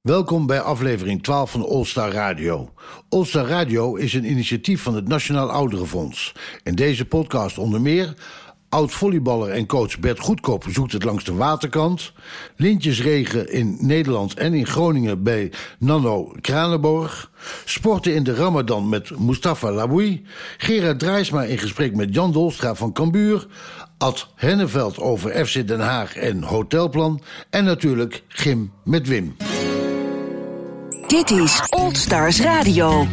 Welkom bij aflevering 12 van All Star Radio. All Star Radio is een initiatief van het Nationaal Ouderenfonds. In deze podcast onder meer oud-volleyballer en coach Bert Goedkoop zoekt het langs de waterkant. Lintjesregen in Nederland en in Groningen bij Nanno Kranenborg. Sporten in de Ramadan met Mustafa Laboui. Gerard Drijsma in gesprek met Jan Dolstra van Cambuur. Ad Henneveld over FC Den Haag en Hotelplan. En natuurlijk Gym met Wim. Dit is All Stars Radio.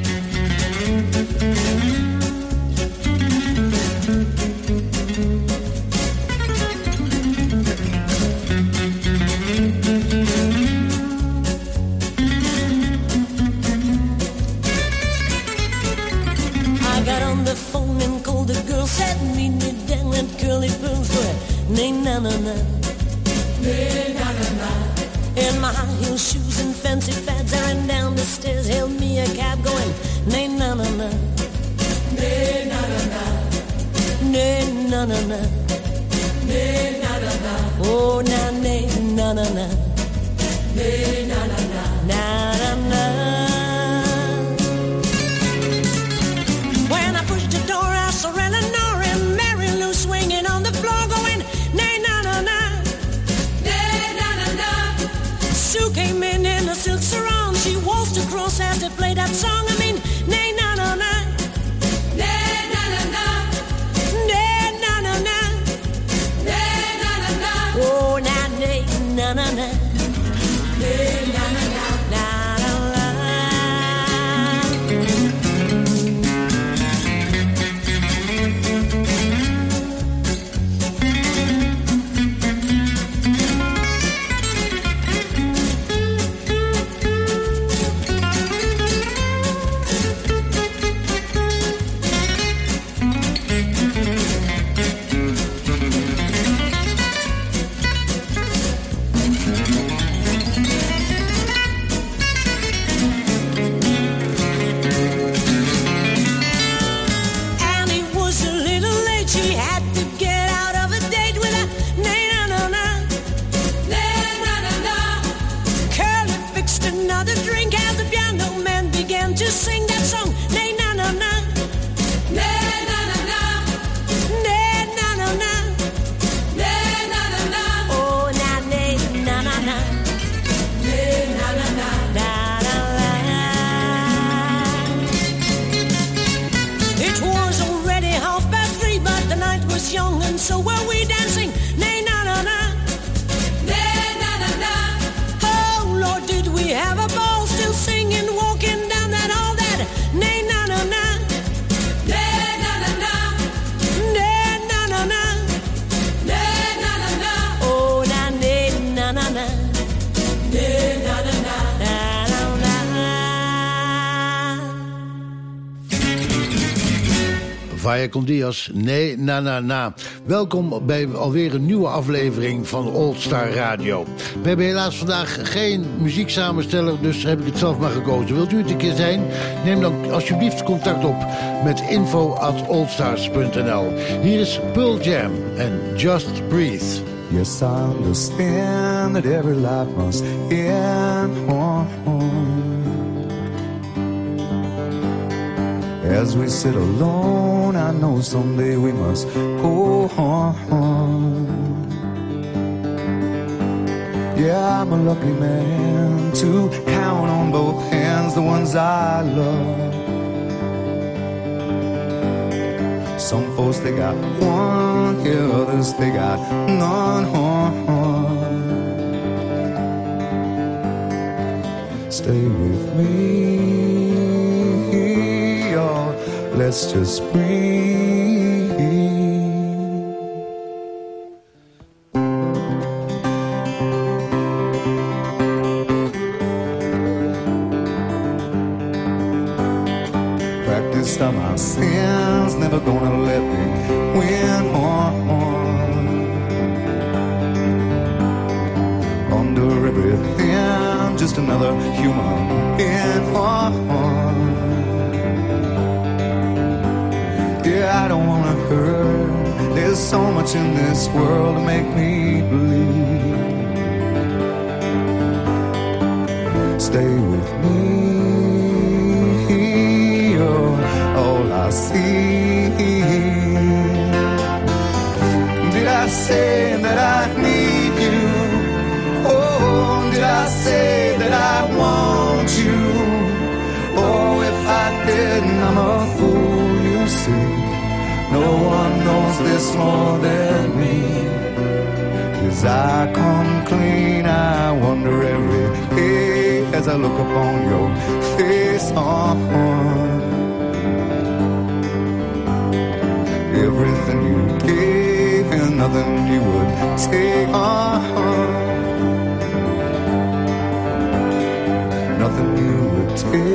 Said meet me down at Curly Pearl's for nay na na na, nay na na na. In my high heel shoes and fancy fads, I ran down the stairs, hailed me a cab going nay na na na, nay na na na, nay na na na, nay na na na. Oh na nay na na na, nay na na na, na na na. When I pushed the door, I saw Eleanor and Mary Lou swinging on the floor, going nay na na na, nay na na na. Sue came in a silk sarong. She waltzed across as they played that song. I mean, nay na na na, nay na na na, nay na na na, nay na na na. Oh na nay na na na, nay na na na, na na na. Sing that song, nay na na na, nay na na na, nay na na na, nay na na na. Oh na nay na na na, nay na na na, na na na. It was already 3:30, but the night was young and so were we dancing. Nay na na na, nay na na na. Oh Lord, did we have a ball, still singing, walking down that hall. Nay na na na, nay na na na, nay na na na, nay na na na. Oh na nay na na na, nay na na na, na na na. Vaya con Diaz, nee, na. Welkom bij alweer een nieuwe aflevering van All Star Radio. We hebben helaas vandaag geen muzieksamensteller, dus heb ik het zelf maar gekozen. Wilt u het een keer zijn? Neem dan alsjeblieft contact op met info@allstars.nl. Hier is Pearl Jam en Just Breathe. Yes, I understand that every life must end. As we sit alone, I know someday we must go on. Yeah, I'm a lucky man to count on both hands the ones I love. Some folks, they got one, yeah, others, they got none. Stay with me. Let's just breathe. Practiced on my sins, never gonna let me win. Under everything, just another human being. Yeah, I don't wanna hurt. There's so much in this world to make me believe. stay with me. You're all I see. Did I say that I need you? Oh, did I say that I want you? Oh, if I didn't, I'm a fool, you see. No one knows this more than me. 'Cause I come clean, I wonder every day as I look upon your face. Everything you gave and nothing you would take. Nothing you would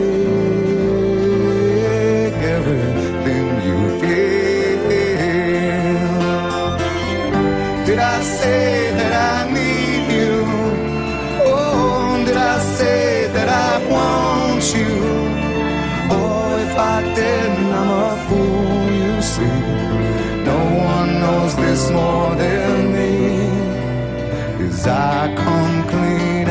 take. Everything you gave. Did I say that I need you? Oh, did I say that I want you? Oh, if I didn't, I'm a fool, you see. No one knows this more than me. 'Cause I come clean,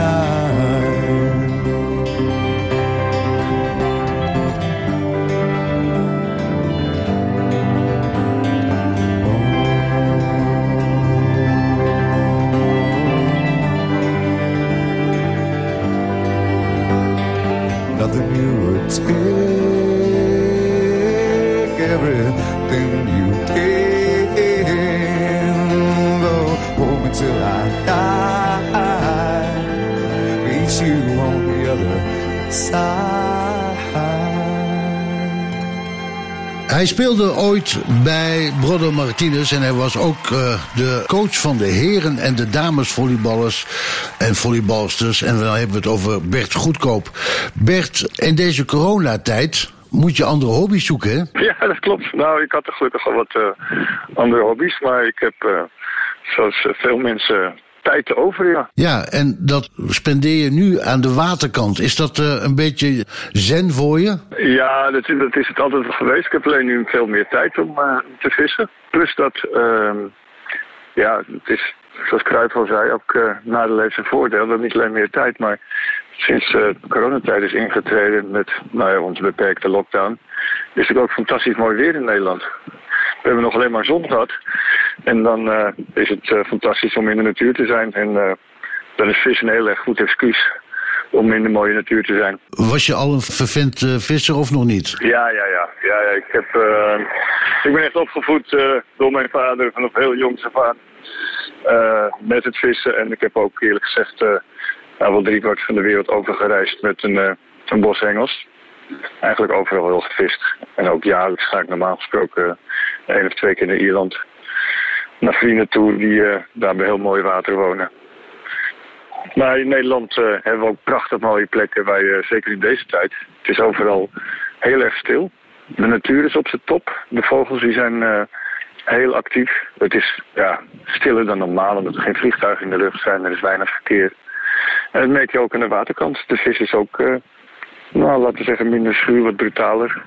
nothing you would take, everything you gave. Oh, hold me till I die, meet you on the other side. Hij speelde ooit bij Brother Martinez en hij was ook de coach van de heren en de damesvolleyballers en volleybalsters. En dan hebben we het over Bert Goedkoop. Bert, in deze coronatijd moet je andere hobby's zoeken, hè? Ja, dat klopt. Nou, ik had er gelukkig al wat andere hobby's, maar ik heb, zoals veel mensen, tijd over, ja. Ja, en dat spendeer je nu aan de waterkant. Is dat een beetje zen voor je? Ja, dat is het altijd geweest. Ik heb alleen nu veel meer tijd om te vissen. Plus dat, ja, het is, zoals Cruijff al zei, ook nadeel heeft zijn voordeel. We hebben niet alleen meer tijd, maar sinds de coronatijd is ingetreden met onze beperkte lockdown, is het ook fantastisch mooi weer in Nederland. We hebben nog alleen maar zon gehad. En dan is het fantastisch om in de natuur te zijn. En dan is vissen een heel erg goed excuus om in de mooie natuur te zijn. Was je al een vervent visser of nog niet? Ja. Ik ben echt opgevoed door mijn vader vanaf heel jongs af aan met het vissen. En ik heb ook eerlijk gezegd wel 3/4 van de wereld overgereisd met een boshengels. Eigenlijk overal wel gevist. En ook jaarlijks ga ik normaal gesproken 1 of 2 keer naar Ierland. Naar vrienden toe die daar bij heel mooi water wonen. Maar in Nederland hebben we ook prachtig mooie plekken waar je, zeker in deze tijd, het is overal heel erg stil. De natuur is op zijn top. De vogels die zijn heel actief. Het is stiller dan normaal omdat er geen vliegtuigen in de lucht zijn. Er is weinig verkeer. En dat merk je ook aan de waterkant. De vis is ook, laten we zeggen, minder schuw, wat brutaler.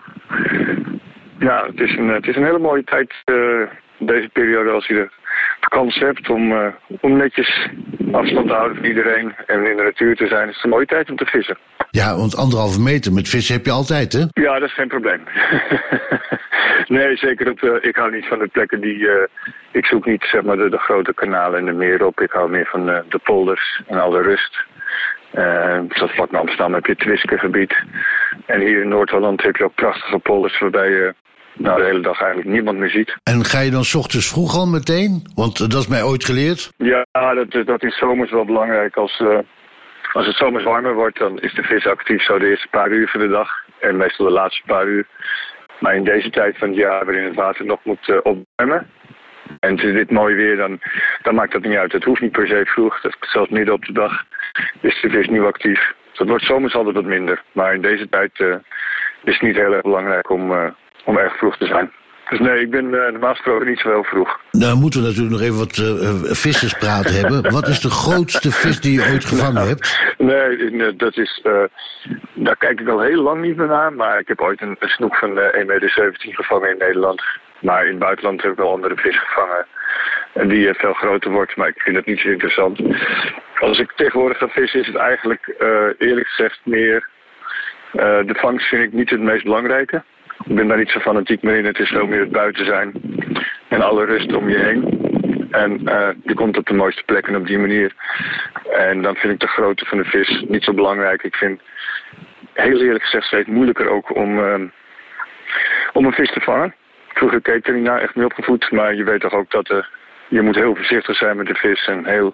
Ja, het is een hele mooie tijd, deze periode, als je de kans hebt om netjes afstand te houden van iedereen en in de natuur te zijn. Het is een mooie tijd om te vissen. Ja, want 1,5 meter met vissen heb je altijd, hè? Ja, dat is geen probleem. Nee, zeker. Ik hou niet van de plekken die... ik zoek niet, zeg maar, de grote kanalen en de meren op. Ik hou meer van de polders en al de rust. Zoals vlak naar Amsterdam heb je het Twiskegebied. En hier in Noord-Holland heb je ook prachtige polders waarbij je de hele dag eigenlijk niemand meer ziet. En ga je dan 's ochtends vroeg al meteen? Want dat is mij ooit geleerd. Ja, dat is zomers wel belangrijk. Als het zomers warmer wordt, dan is de vis actief zo de eerste paar uur van de dag. En meestal de laatste paar uur. Maar in deze tijd van het jaar waarin het water nog moet opwarmen. En het is dit mooi weer, dan maakt dat niet uit. Het hoeft niet per se vroeg. Dat zelfs midden op de dag is de vis nieuw actief. Dat wordt zomers altijd wat minder. Maar in deze tijd is het niet heel erg belangrijk om erg vroeg te zijn. Dus nee, ik ben normaal gesproken niet zo heel vroeg. Nou moeten we natuurlijk nog even wat visserspraat hebben. Wat is de grootste vis die je ooit gevangen hebt? Nee, dat is... daar kijk ik al heel lang niet meer naar. Maar ik heb ooit een snoek van 1,17 meter gevangen in Nederland. Maar in het buitenland heb ik wel andere vis gevangen. En die veel groter wordt, maar ik vind het niet zo interessant. Als ik tegenwoordig ga vissen is het eigenlijk eerlijk gezegd meer... de vangst vind ik niet het meest belangrijke. Ik ben daar niet zo fanatiek meer in. Het is veel meer het buiten zijn. En alle rust om je heen. En je komt op de mooiste plekken op die manier. En dan vind ik de grootte van de vis niet zo belangrijk. Ik vind heel eerlijk gezegd steeds moeilijker ook om een vis te vangen. Vroeger keek er niet naar, echt mee opgevoed. Maar je weet toch ook dat je moet heel voorzichtig zijn met de vis. En heel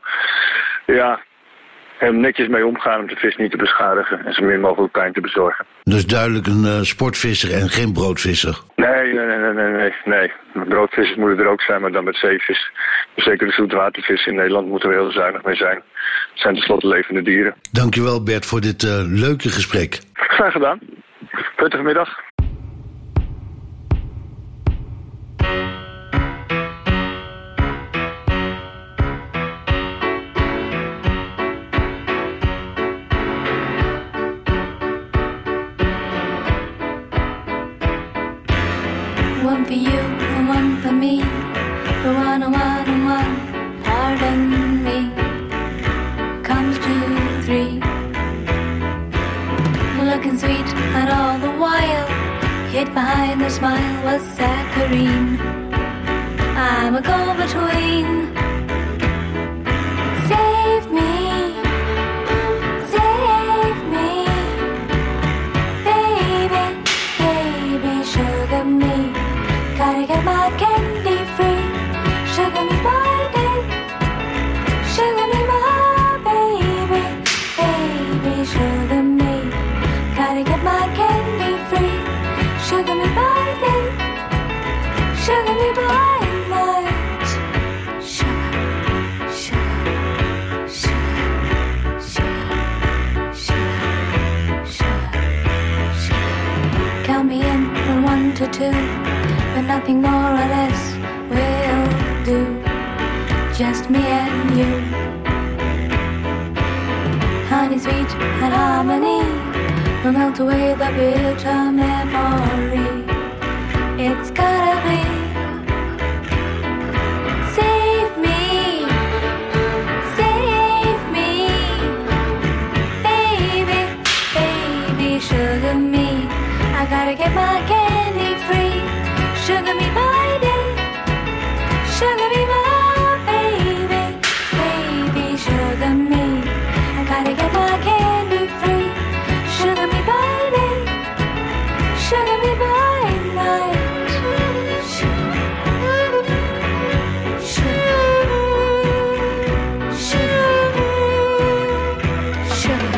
netjes mee omgaan om de vis niet te beschadigen. En zo min mogelijk pijn te bezorgen. Dus duidelijk een sportvisser en geen broodvisser? Nee. Broodvissers moeten er ook zijn, maar dan met zeevis. Zeker de zoetwatervissen in Nederland moeten we heel zuinig mee zijn. Het zijn tenslotte levende dieren. Dankjewel Bert voor dit leuke gesprek. Graag gedaan. Prettige middag. One for you and one for me. One and one and one, pardon me. Comes to 3. Looking sweet and all the while, hid behind the smile was saccharine. I'm a go-between. Save me, save me, baby, baby, sugar me. Gotta get my candy free. Sugar me my day. Sugar me my baby. Baby, sugar me. Gotta get my candy free. Sugar me by day. Sugar me by night. Sugar, sugar, sugar, sugar, sugar, sugar, sugar. Count me in from 1 to 2. But nothing more or less will do. Just me and you. Honey, sweet and harmony will melt away the bitter memory. It's gotta be. Save me, save me, baby, baby, sugar me. I gotta get my candy free. Sugar me by day, sugar me my baby, baby, sugar me. I gotta get my candy free. Sugar me by day, sugar me by night. Sugar, sugar, sugar, sugar.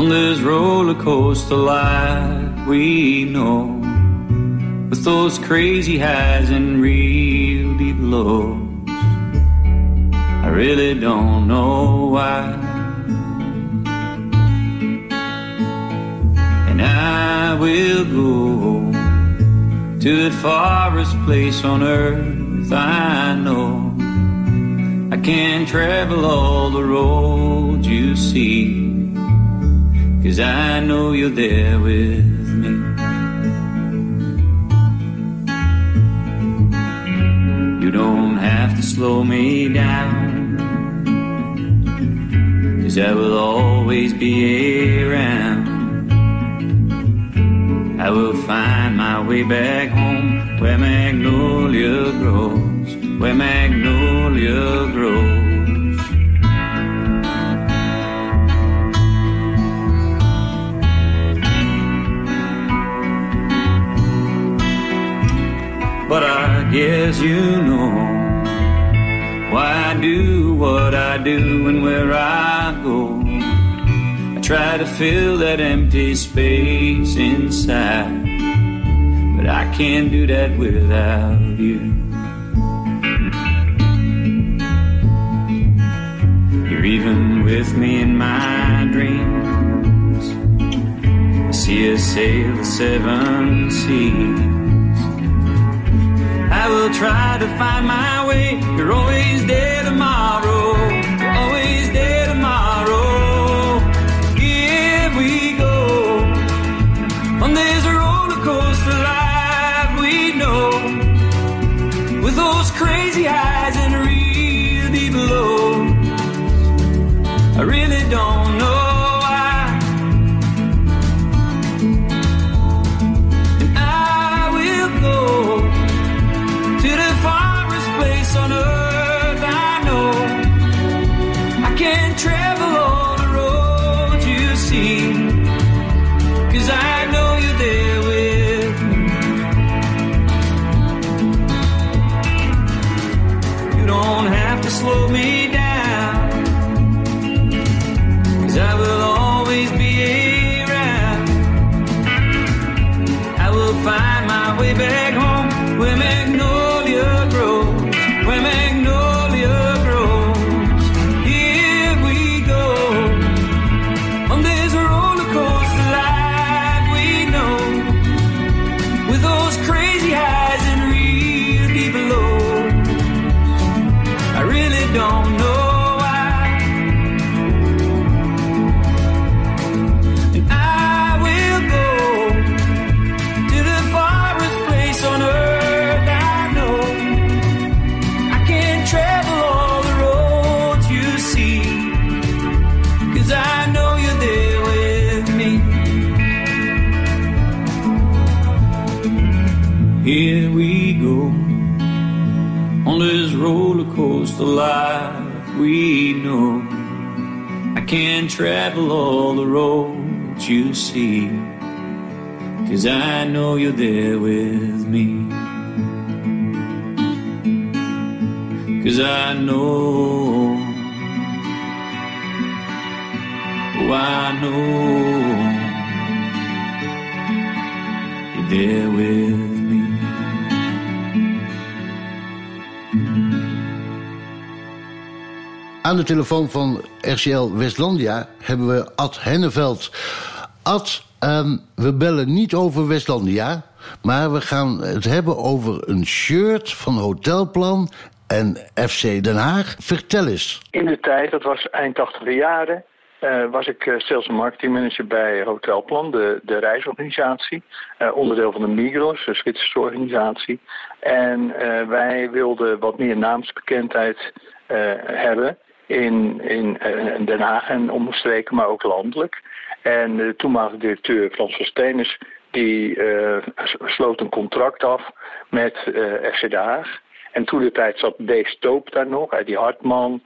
on this roller coaster life we know, with those crazy highs and real deep lows. I really don't know why. And I will go to the farthest place on earth I know. I can't travel all the roads you see, 'cause I know you're there with me. You don't have to slow me down, 'cause I will always be around. I will find my way back home, where magnolia grows, where magnolia grows. But I guess you know why I do what I do and where I go. I try to fill that empty space inside, but I can't do that without you. You're even with me in my dreams. I see us sail the 7 seas. I will try to find my way. You're always there tomorrow. You're always there tomorrow. Here we go on this roller coaster life we know, with those crazy highs and real deep lows. I really don't know why. And I will go to the farthest place on earth I know. I can't travel all the roads you see, 'cause I know you're there with me. You don't have to slow me down, 'cause I will always be around. I will find my way back home, where magnolia grows, where magnolia grows. Here we go on this roller coaster life we know, with those crazy highs and real deep lows. I really don't know why. And I will go to the farthest place on earth I know. I can't travel all the roads you see, 'cause I know you're there with me. Here we go on this roller coaster life we know. I can't travel all the roads you see, 'cause I know you're there with me. 'Cause I know, oh I know, you're there with me. Aan de telefoon van RCL Westlandia hebben we Ad Henneveld. Ad, we bellen niet over Westlandia, maar we gaan het hebben over een shirt van Hotelplan en FC Den Haag. Vertel eens. In de tijd, dat was eind 80e jaren, was ik sales en marketing manager bij Hotelplan, de reisorganisatie. Onderdeel van de Migros, de Zwitserse organisatie. En wij wilden wat meer naamsbekendheid hebben in Den Haag en omstreken, maar ook landelijk. En de toenmalige directeur Frans van Steenis, die sloot een contract af met FC Den Haag. En toen de tijd zat Dave Stoop daar nog, die Hartman.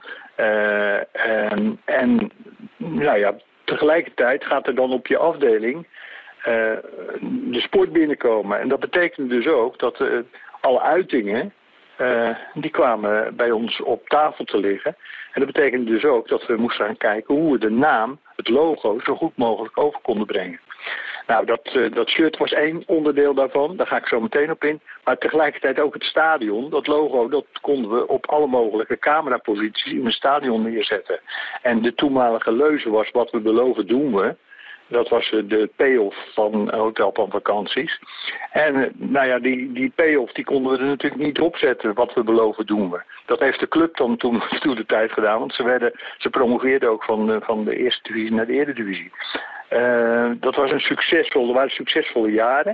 En nou ja, tegelijkertijd gaat er dan op je afdeling de sport binnenkomen. En dat betekent dus ook dat alle uitingen die kwamen bij ons op tafel te liggen. En dat betekende dus ook dat we moesten gaan kijken hoe we de naam, het logo, zo goed mogelijk over konden brengen. Nou, dat shirt was één onderdeel daarvan, daar ga ik zo meteen op in. Maar tegelijkertijd ook het stadion, dat logo, dat konden we op alle mogelijke cameraposities in het stadion neerzetten. En de toenmalige leuze was, wat we beloven doen we. Dat was de payoff van Hotelplan Vakanties. En nou ja, die payoff die konden we er natuurlijk niet opzetten. Wat we beloven doen we. Dat heeft de club dan toen de tijd gedaan. Want ze promoveerden ook van de eerste divisie naar de eredivisie. Dat waren succesvolle jaren.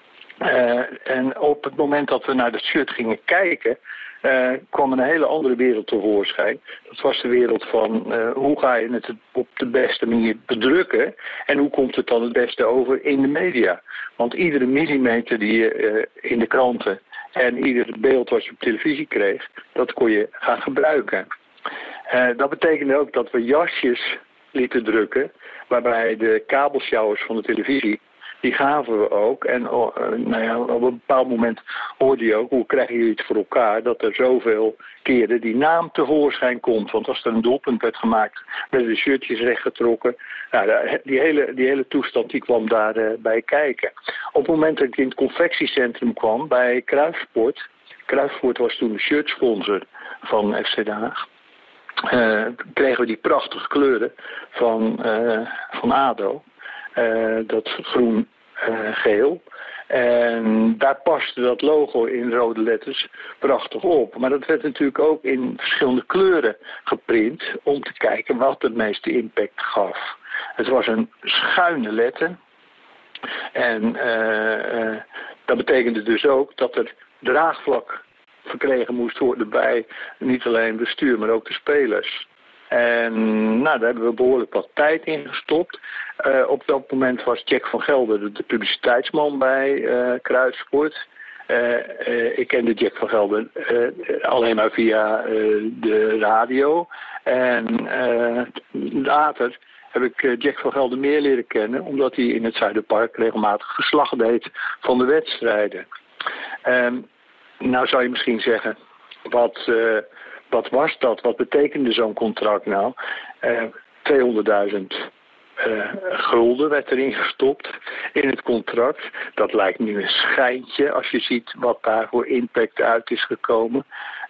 En op het moment dat we naar dat shirt gingen kijken, kwam een hele andere wereld tevoorschijn. Dat was de wereld van hoe ga je het op de beste manier bedrukken en hoe komt het dan het beste over in de media. Want iedere millimeter die je in de kranten en ieder beeld wat je op televisie kreeg, dat kon je gaan gebruiken. Dat betekende ook dat we jasjes lieten drukken, waarbij de kabelschouwers van de televisie, die gaven we ook. En op een bepaald moment hoorde je ook, hoe krijgen jullie het voor elkaar, dat er zoveel keren die naam tevoorschijn komt. Want als er een doelpunt werd gemaakt, werden de shirtjes rechtgetrokken. Nou, die hele toestand die kwam daarbij kijken. Op het moment dat ik in het confectiecentrum kwam bij Kruissport. Kruissport was toen de shirtsponsor van FC Den Haag. Kregen we die prachtige kleuren van ADO. Dat groen-geel. En daar paste dat logo in rode letters prachtig op. Maar dat werd natuurlijk ook in verschillende kleuren geprint om te kijken wat het meeste impact gaf. Het was een schuine letter. En dat betekende dus ook dat er draagvlak verkregen moest worden bij niet alleen het bestuur, maar ook de spelers. En nou, daar hebben we behoorlijk wat tijd in gestopt. Op dat moment was Jack van Gelder de publiciteitsman bij Kruissport. Ik kende Jack van Gelder alleen maar via de radio. En later heb ik Jack van Gelder meer leren kennen, omdat hij in het Zuiderpark regelmatig verslag deed van de wedstrijden. Nou zou je misschien zeggen, wat was dat? Wat betekende zo'n contract nou? 200.000 gulden werd erin gestopt in het contract. Dat lijkt nu een schijntje als je ziet wat daar voor impact uit is gekomen.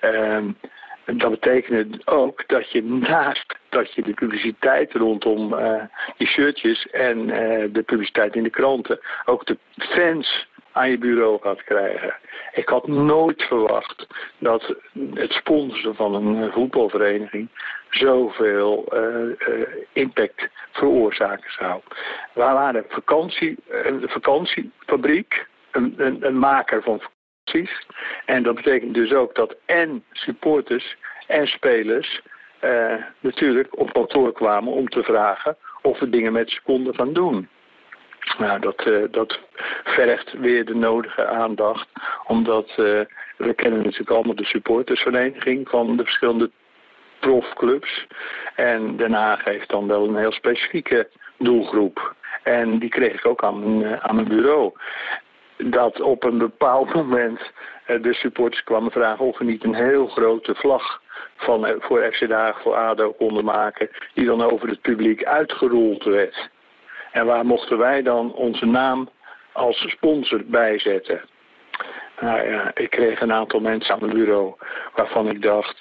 Dat betekende ook dat je naast dat je de publiciteit rondom die shirtjes en de publiciteit in de kranten ook de fans aan je bureau gaat krijgen. Ik had nooit verwacht dat het sponsoren van een voetbalvereniging zoveel impact veroorzaken zou. We waren een vakantiefabriek, een maker van vakanties. En dat betekent dus ook dat en supporters en spelers natuurlijk op kantoor kwamen om te vragen of we dingen met ze konden gaan doen. Nou, dat vergt weer de nodige aandacht, omdat we kennen natuurlijk allemaal de supportersvereniging van de verschillende profclubs. En Den Haag heeft dan wel een heel specifieke doelgroep. En die kreeg ik ook aan mijn bureau. Dat op een bepaald moment de supporters kwamen vragen of we niet een heel grote vlag voor FC Den Haag, voor ADO konden maken, die dan over het publiek uitgerold werd. En waar mochten wij dan onze naam als sponsor bijzetten? Nou ja, ik kreeg een aantal mensen aan mijn bureau waarvan ik dacht,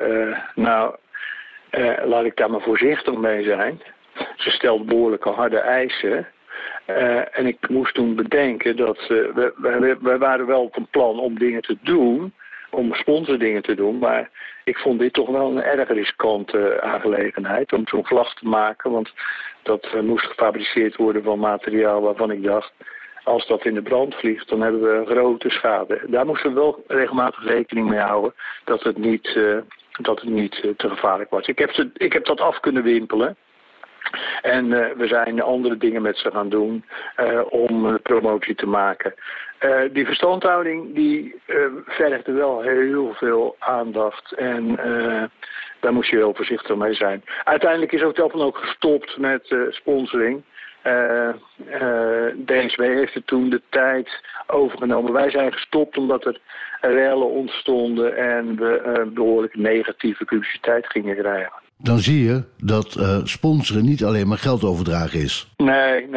laat ik daar maar voorzichtig mee zijn. Ze stelden behoorlijke harde eisen. En ik moest toen bedenken dat we waren wel op een plan om dingen te doen, om sponsordingen te doen, maar ik vond dit toch wel een erg riskante aangelegenheid om zo'n vlag te maken, want dat moest gefabriceerd worden van materiaal waarvan ik dacht, als dat in de brand vliegt, dan hebben we grote schade. Daar moesten we wel regelmatig rekening mee houden dat het niet te gevaarlijk was. Ik heb dat af kunnen wimpelen. En we zijn andere dingen met ze gaan doen om promotie te maken. Die verstandhouding die vergde wel heel veel aandacht en daar moest je heel voorzichtig mee zijn. Uiteindelijk is Hotelplan ook gestopt met sponsoring. DSW heeft er toen de tijd overgenomen. Wij zijn gestopt omdat er rellen ontstonden en we behoorlijk negatieve publiciteit gingen krijgen. Dan zie je dat sponsoren niet alleen maar geld overdragen is. Nee.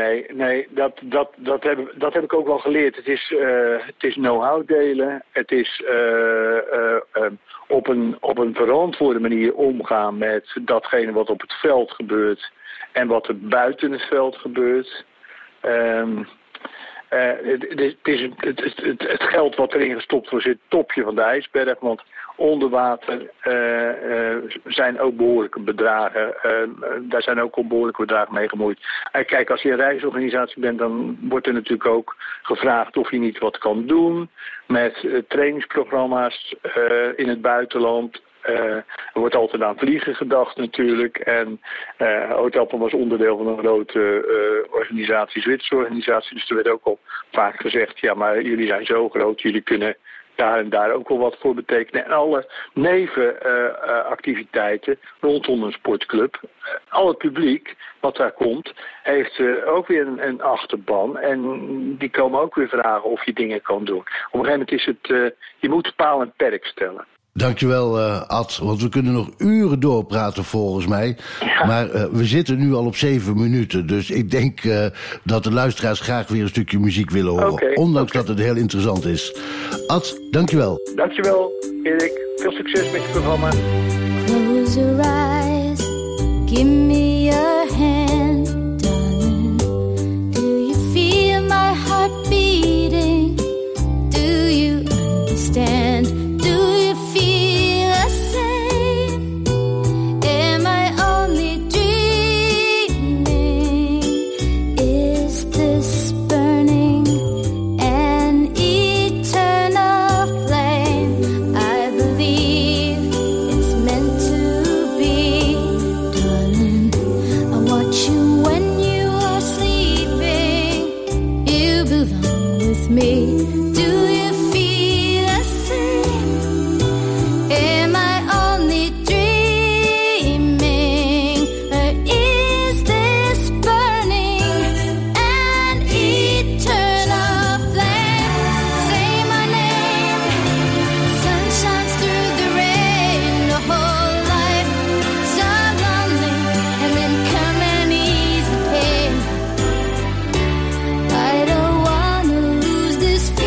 Dat heb ik ook wel geleerd. Het is know-how delen. Het is op een verantwoorde manier omgaan met datgene wat op het veld gebeurt en wat er buiten het veld gebeurt. Het geld wat erin gestopt wordt, zit het topje van de ijsberg. Want onder water zijn ook behoorlijke bedragen. Daar zijn ook behoorlijke bedragen mee gemoeid. En kijk, als je een reisorganisatie bent, dan wordt er natuurlijk ook gevraagd of je niet wat kan doen met trainingsprogramma's in het buitenland. Er wordt altijd aan vliegen gedacht natuurlijk. En Hotelplan was onderdeel van een grote organisatie, Zwitserse organisatie. Dus er werd ook al vaak gezegd, ja, maar jullie zijn zo groot, jullie kunnen daar en daar ook wel wat voor betekenen. En alle nevenactiviteiten rondom een sportclub, al het publiek wat daar komt, heeft ook weer een achterban. En die komen ook weer vragen of je dingen kan doen. Op een gegeven moment is het, je moet paal en perk stellen. Dankjewel, Ad, want we kunnen nog uren doorpraten volgens mij. Ja. Maar we zitten nu al op 7 minuten. Dus ik denk dat de luisteraars graag weer een stukje muziek willen horen. Ondanks dat het heel interessant is. Ad, dankjewel. Dankjewel, Erik. Veel succes met je programma. Close your eyes, give me your hand, darling. Do you feel my heart beating? Do you understand? This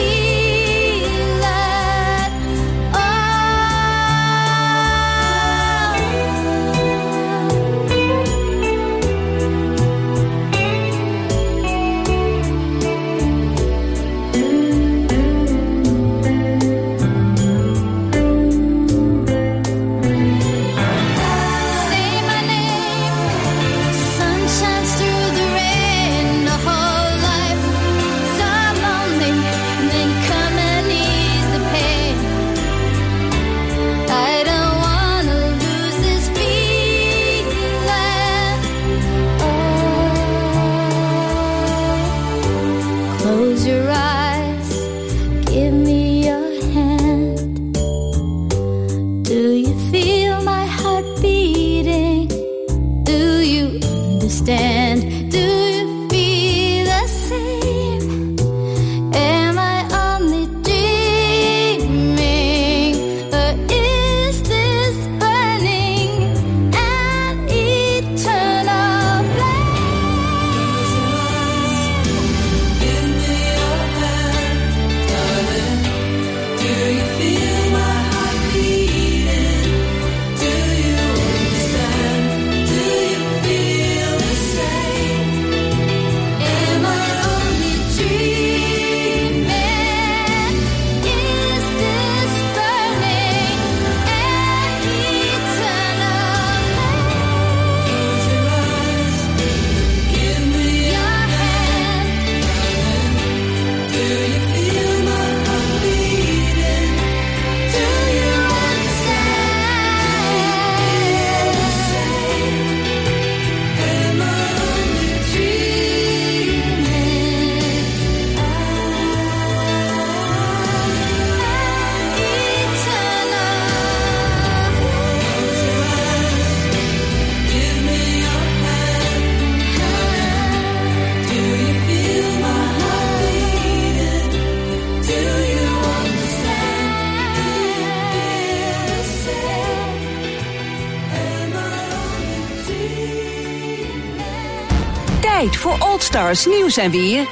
voor All Stars Nieuws en Weer.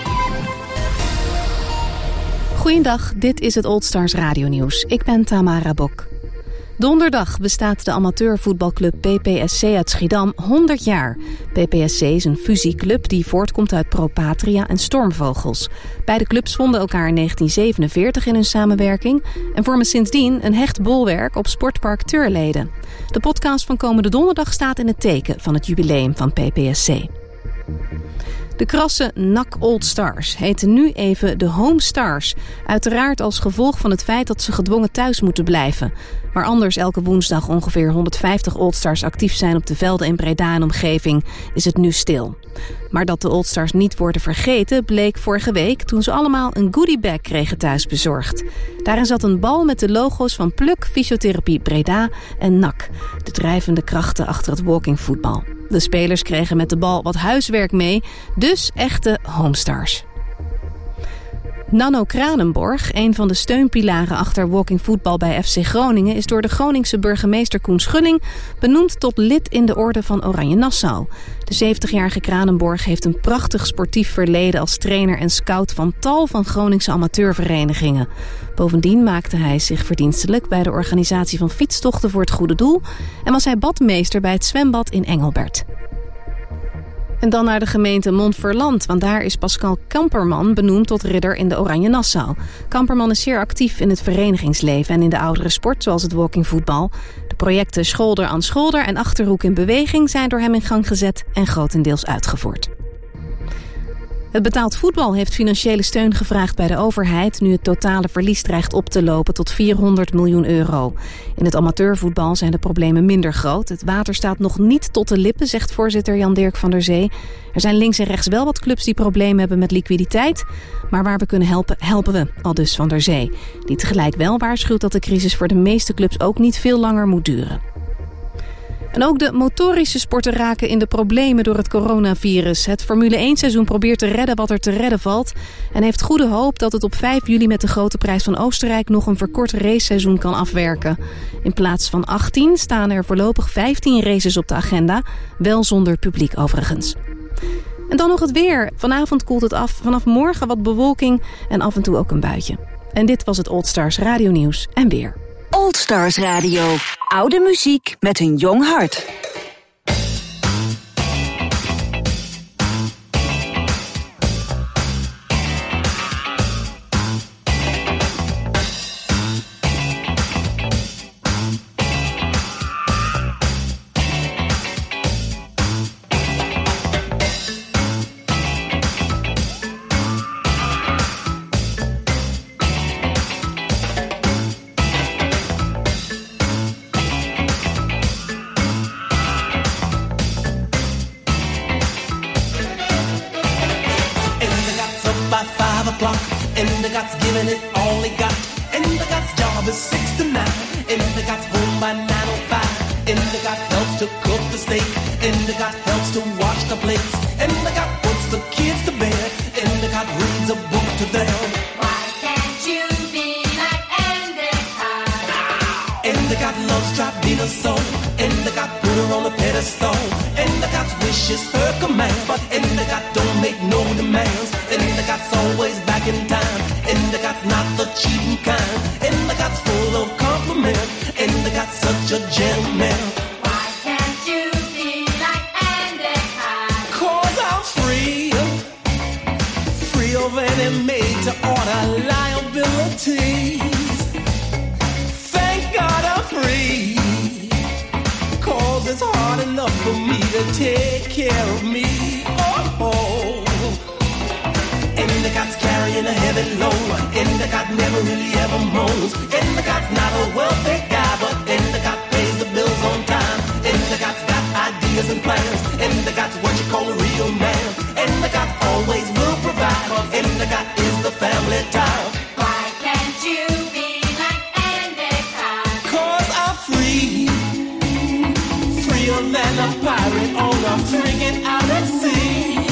Goeiedag, dit is het All Stars Radio Nieuws. Ik ben Tamara Bok. Donderdag bestaat de amateurvoetbalclub PPSC uit Schiedam 100 jaar. PPSC is een fusieclub die voortkomt uit Pro Patria en Stormvogels. Beide clubs vonden elkaar in 1947 in hun samenwerking en vormen sindsdien een hecht bolwerk op sportpark Turleden. De podcast van komende donderdag staat in het teken van het jubileum van PPSC. De krasse NAC Old Stars heten nu even de Home Stars. Uiteraard als gevolg van het feit dat ze gedwongen thuis moeten blijven. Waar anders elke woensdag ongeveer 150 Old Stars actief zijn op de velden in Breda en omgeving, is het nu stil. Maar dat de Old Stars niet worden vergeten bleek vorige week toen ze allemaal een goodiebag kregen thuis bezorgd. Daarin zat een bal met de logo's van Pluk, Fysiotherapie Breda en NAC, de drijvende krachten achter het walkingvoetbal. De spelers kregen met de bal wat huiswerk mee, dus echte homestars. Nanno Kranenborg, een van de steunpilaren achter walkingvoetbal bij FC Groningen, is door de Groningse burgemeester Koen Schulling benoemd tot lid in de orde van Oranje Nassau. De 70-jarige Kranenborg heeft een prachtig sportief verleden als trainer en scout van tal van Groningse amateurverenigingen. Bovendien maakte hij zich verdienstelijk bij de organisatie van fietstochten voor het goede doel en was hij badmeester bij het zwembad in Engelbert. En dan naar de gemeente Montferland, want daar is Pascal Kamperman benoemd tot ridder in de Oranje Nassau. Kamperman is zeer actief in het verenigingsleven en in de oudere sport, zoals het walkingvoetbal. De projecten Scholder aan Scholder en Achterhoek in Beweging zijn door hem in gang gezet en grotendeels uitgevoerd. Het betaald voetbal heeft financiële steun gevraagd bij de overheid, nu het totale verlies dreigt op te lopen tot 400 miljoen euro. In het amateurvoetbal zijn de problemen minder groot. Het water staat nog niet tot de lippen, zegt voorzitter Jan-Dirk van der Zee. Er zijn links en rechts wel wat clubs die problemen hebben met liquiditeit, maar waar we kunnen helpen, helpen we, aldus van der Zee. Die tegelijk wel waarschuwt dat de crisis voor de meeste clubs ook niet veel langer moet duren. En ook de motorische sporten raken in de problemen door het coronavirus. Het Formule 1-seizoen probeert te redden wat er te redden valt en heeft goede hoop dat het op 5 juli met de Grote Prijs van Oostenrijk nog een verkort raceseizoen kan afwerken. In plaats van 18 staan er voorlopig 15 races op de agenda, wel zonder publiek overigens. En dan nog het weer. Vanavond koelt het af, vanaf morgen wat bewolking en af en toe ook een buitje. En dit was het Old Stars Radio Nieuws en weer. Old Stars Radio. Oude muziek met een jong hart. Endicot's giving it all he got. Endicot's job is 6 to 9. Endicot's home by 9:05. Endicott helps to cook the steak. Endicott helps to wash the plates. Endicott puts the kids to bed. Endicott reads a book to them. Why can't you be like Endicott? Endicott loves Tribina so. Endicott put her on a pedestal. Endicott's wish is her command, but Endicott don't make no demands. Endicott's always back in time. Endicott's not the cheating kind. Endicott's full of compliment. Endicott's such a gentleman. Why can't you be like Endicott? 'Cause I'm free. Free of any made-to-order liabilities. Thank God I'm free. 'Cause it's hard enough for me to take care of me. Oh. Endicott's carrying a heavy load. Endicott never really ever moans. Endicott's not a wealthy guy, but Endicott pays the bills on time. Endicott's got ideas and plans. Endicott's what you call a real man. Endicott always will provide. Endicott is the family tie. Why can't you be like Endicott? 'Cause I'm free. Freer than a pirate on a friggin' out at sea.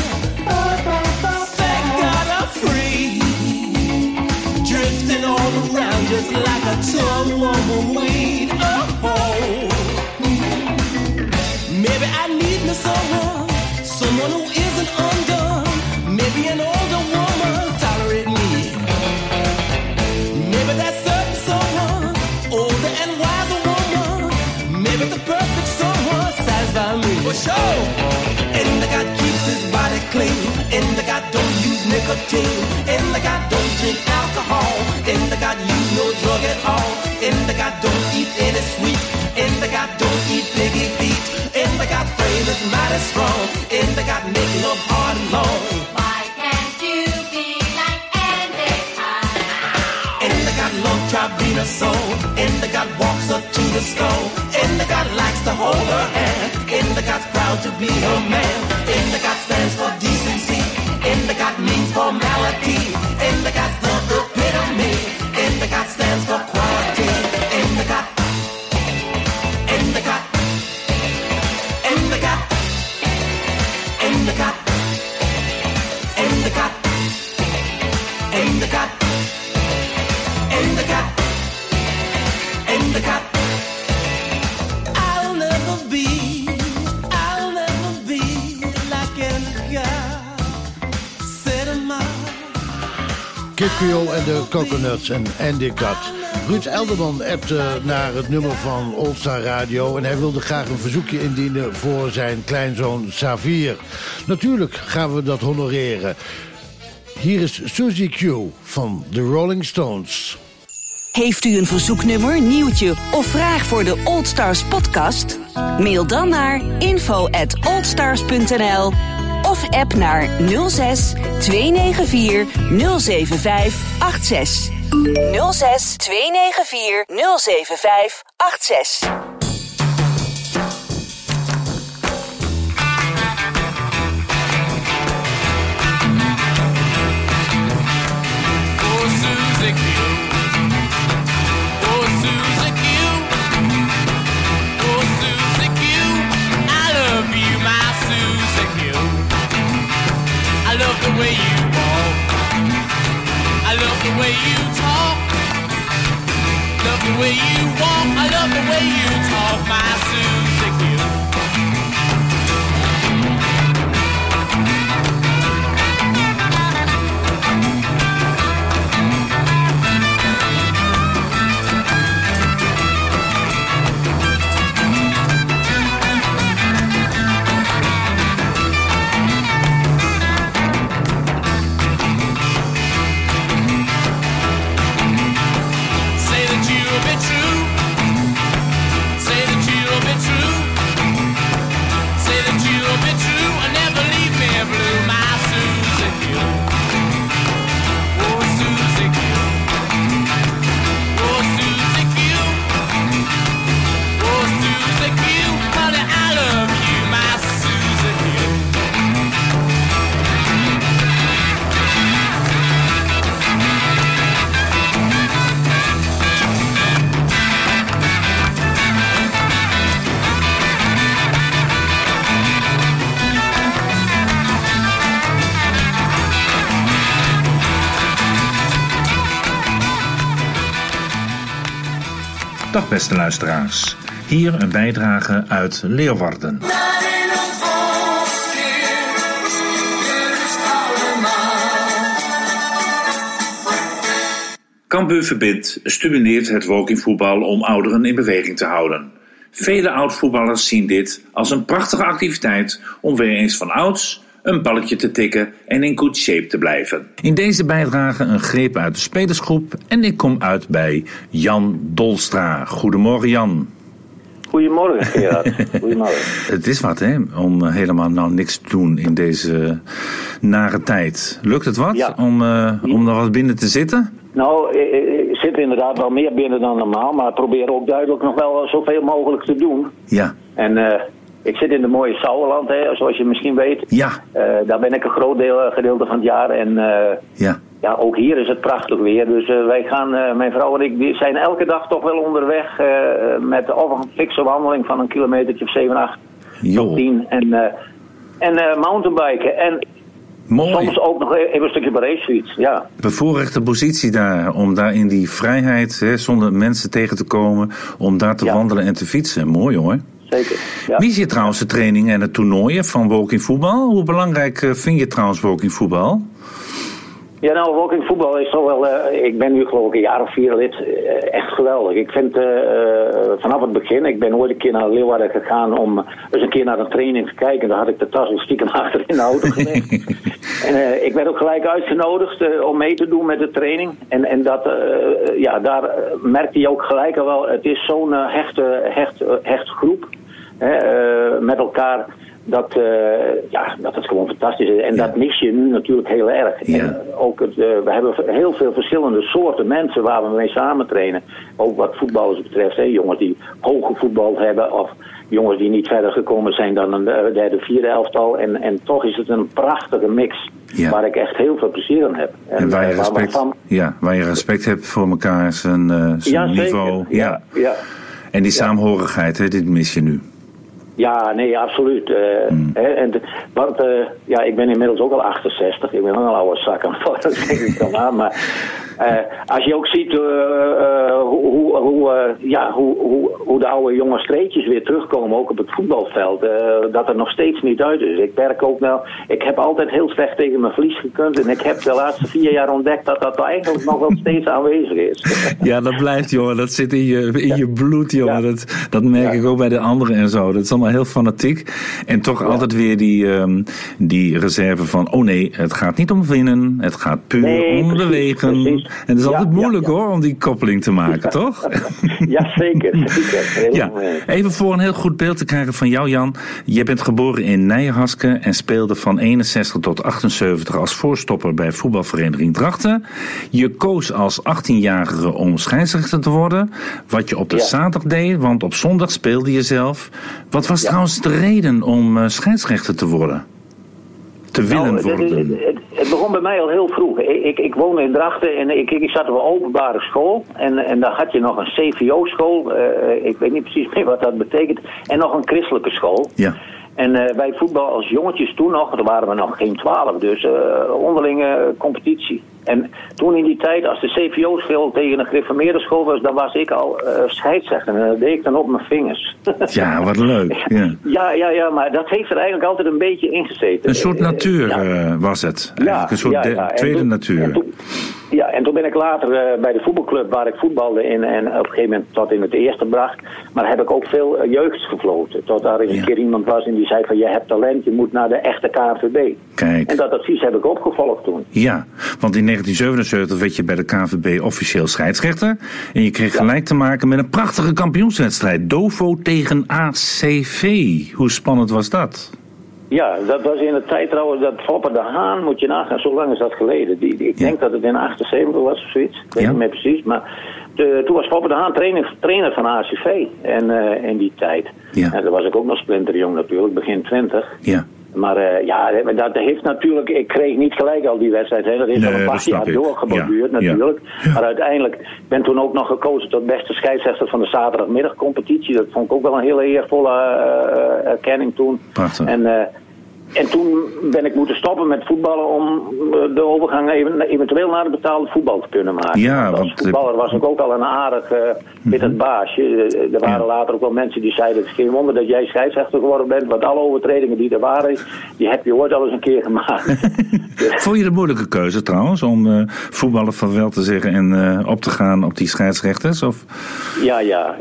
Free, drifting all around just like a tumbleweed. Oh, maybe I need me someone who isn't body strong. And they got make love hard and long. Why can't you be like Endicott? And they got love Tribina soul. And they got walks up to the stone. And they got likes to hold her hand. And they got proud to be her man. And they got stands for decency. And they got means formality. And they got the epitome. And they got stands for quality. And they got. And they got. And they got. And they got. And they got. And they got. And they got. And they got. I'll never be like Endicott. Said a man. Kid Creole en de Coconuts en Endicott. Ruud Elderman appte naar het nummer van Old Star Radio en hij wilde graag een verzoekje indienen voor zijn kleinzoon Xavier. Natuurlijk gaan we dat honoreren. Hier is Suzy Q van The Rolling Stones. Heeft u een verzoeknummer, nieuwtje of vraag voor de Old Stars podcast? Mail dan naar info@oldstars.nl of app naar 06 294 075 86. 06 294 075 86. I love the way you walk. I love the way you talk. Love the way you walk. I love the way you talk, my Susie Q. Dag beste luisteraars, hier een bijdrage uit Leeuwarden. Cambuur Verbindt stimuleert het walkingvoetbal om ouderen in beweging te houden. Vele oud-voetballers zien dit als een prachtige activiteit om weer eens van ouds een balletje te tikken en in good shape te blijven. In deze bijdrage een greep uit de spelersgroep en ik kom uit bij Jan Dolstra. Goedemorgen Jan. Goedemorgen Gerard. Goedemorgen. Het is wat hè, om helemaal nou niks te doen in deze nare tijd. Lukt het wat om er wat binnen te zitten? Nou, ik zit inderdaad wel meer binnen dan normaal, maar ik probeer ook duidelijk nog wel zoveel mogelijk te doen. Ja. En ik zit in de mooie Sauerland, hè, zoals je misschien weet. Ja. Daar ben ik een groot gedeelte van het jaar. En ja, ook hier is het prachtig weer. Dus wij gaan, mijn vrouw en ik, die zijn elke dag toch wel onderweg met of een fikse wandeling van een kilometertje of 7, 8 tot 10. En mountainbiken. En mooi. Soms ook nog even een stukje racefiets, ja. Bevoorrechte positie daar, om daar in die vrijheid, hè, zonder mensen tegen te komen, om daar te wandelen en te fietsen. Mooi hoor. Zeker, ja. Wie is je trouwens de trainingen en het toernooien van walkingvoetbal? Hoe belangrijk vind je trouwens walkingvoetbal? Ja, nou, walkingvoetbal is toch wel... ik ben nu geloof ik een jaar of 4 lid. Echt geweldig. Ik vind vanaf het begin... Ik ben ooit een keer naar Leeuwarden gegaan om eens een keer naar een training te kijken. Daar had ik de tas al stiekem achter in de auto gelegd. En ik werd ook gelijk uitgenodigd om mee te doen met de training. En dat, daar merkte je ook gelijk al wel... Het is zo'n hechte groep. Met elkaar... dat het gewoon fantastisch is. En dat mis je nu natuurlijk heel erg. Ja. En ook we hebben heel veel verschillende soorten mensen waar we mee samen trainen. Ook wat voetballers betreft. Hè. Jongens die hoog gevoetbald hebben of jongens die niet verder gekomen zijn dan een derde, vierde elftal. En toch is het een prachtige mix waar ik echt heel veel plezier aan heb. En waar je respect hebt voor elkaar, zijn niveau. Ja. En die saamhorigheid, hè, dit mis je nu. Ja, nee, absoluut. Want ik ben inmiddels ook al 68. Ik ben ook al oude zak aan het vallen, dat zeg ik dan aan. Maar als je ook ziet hoe de oude jonge streetjes weer terugkomen, ook op het voetbalveld, dat er nog steeds niet uit is. Ik werk ook ik heb altijd heel slecht tegen mijn verlies gekund en ik heb de laatste 4 jaar ontdekt dat dat eigenlijk nog wel steeds aanwezig is. Ja, dat blijft, jongen. Dat zit in je bloed, jongen. Ja. Dat merk ik ook bij de anderen en zo. Dat is allemaal heel fanatiek. En toch altijd weer die reserve van, oh nee, het gaat niet om winnen. Het gaat puur om bewegen. Precies. En het is altijd moeilijk hoor, om die koppeling te maken, toch? Ja, zeker. Ja. Even voor een heel goed beeld te krijgen van jou, Jan. Je bent geboren in Nijhaske en speelde van 61 tot 78 als voorstopper bij voetbalvereniging Drachten. Je koos als 18-jarige om scheidsrechter te worden. Wat je op de zaterdag deed, want op zondag speelde je zelf. Wat was trouwens de reden om scheidsrechter te worden? Te willen worden? Het begon bij mij al heel vroeg. Ik woonde in Drachten en ik zat op een openbare school. En daar had je nog een CVO-school. Ik weet niet precies meer wat dat betekent. En nog een christelijke school. Ja. En bij voetbal als jongetjes toen nog, er waren we nog geen 12, dus onderlinge competitie. En toen in die tijd, als de CVO-school tegen een gereformeerde school was, dan was ik al scheidsrechter. En dat deed ik dan op mijn vingers. Ja, wat leuk. Ja, maar dat heeft er eigenlijk altijd een beetje ingezeten. Een soort natuur was het. Eigenlijk een soort tweede natuur. En toen ben ik later bij de voetbalclub waar ik voetbalde en op een gegeven moment tot in het eerste bracht. Maar heb ik ook veel jeugds gefloten. Tot daar een keer iemand was en die zei van je hebt talent, je moet naar de echte KNVB. Kijk. En dat advies heb ik opgevolgd toen. Ja, want in 1977 werd je bij de KNVB officieel scheidsrechter. En je kreeg gelijk te maken met een prachtige kampioenswedstrijd. Dovo tegen ACV. Hoe spannend was dat? Ja, dat was in de tijd trouwens, dat Foppe de Haan, moet je nagaan, zo lang is dat geleden. Ik denk dat het in 78 was of zoiets, ik weet niet meer precies. Maar toen was Foppe de Haan trainer van ACV in die tijd. Ja. En toen was ik ook nog splinterjong natuurlijk, begin 20. Ja. Maar dat heeft natuurlijk, ik kreeg niet gelijk al die wedstrijd. Hè. Dat is al een paar jaar doorgeborduurd natuurlijk. Ja. Maar uiteindelijk ben toen ook nog gekozen tot beste scheidsrechter van de zaterdagmiddagcompetitie. Dat vond ik ook wel een hele eervolle erkenning toen. Prachtig. En toen ben ik moeten stoppen met voetballen om de overgang eventueel naar het betaalde voetbal te kunnen maken. Ja, als voetballer was ik ook al een aardig bitter baasje. Er waren later ook wel mensen die zeiden, het is geen wonder dat jij scheidsrechter geworden bent, want alle overtredingen die er waren, die heb je ooit al eens een keer gemaakt. Vond je de moeilijke keuze trouwens, om voetballer van wel te zeggen en op te gaan op die scheidsrechters? Of? Ja.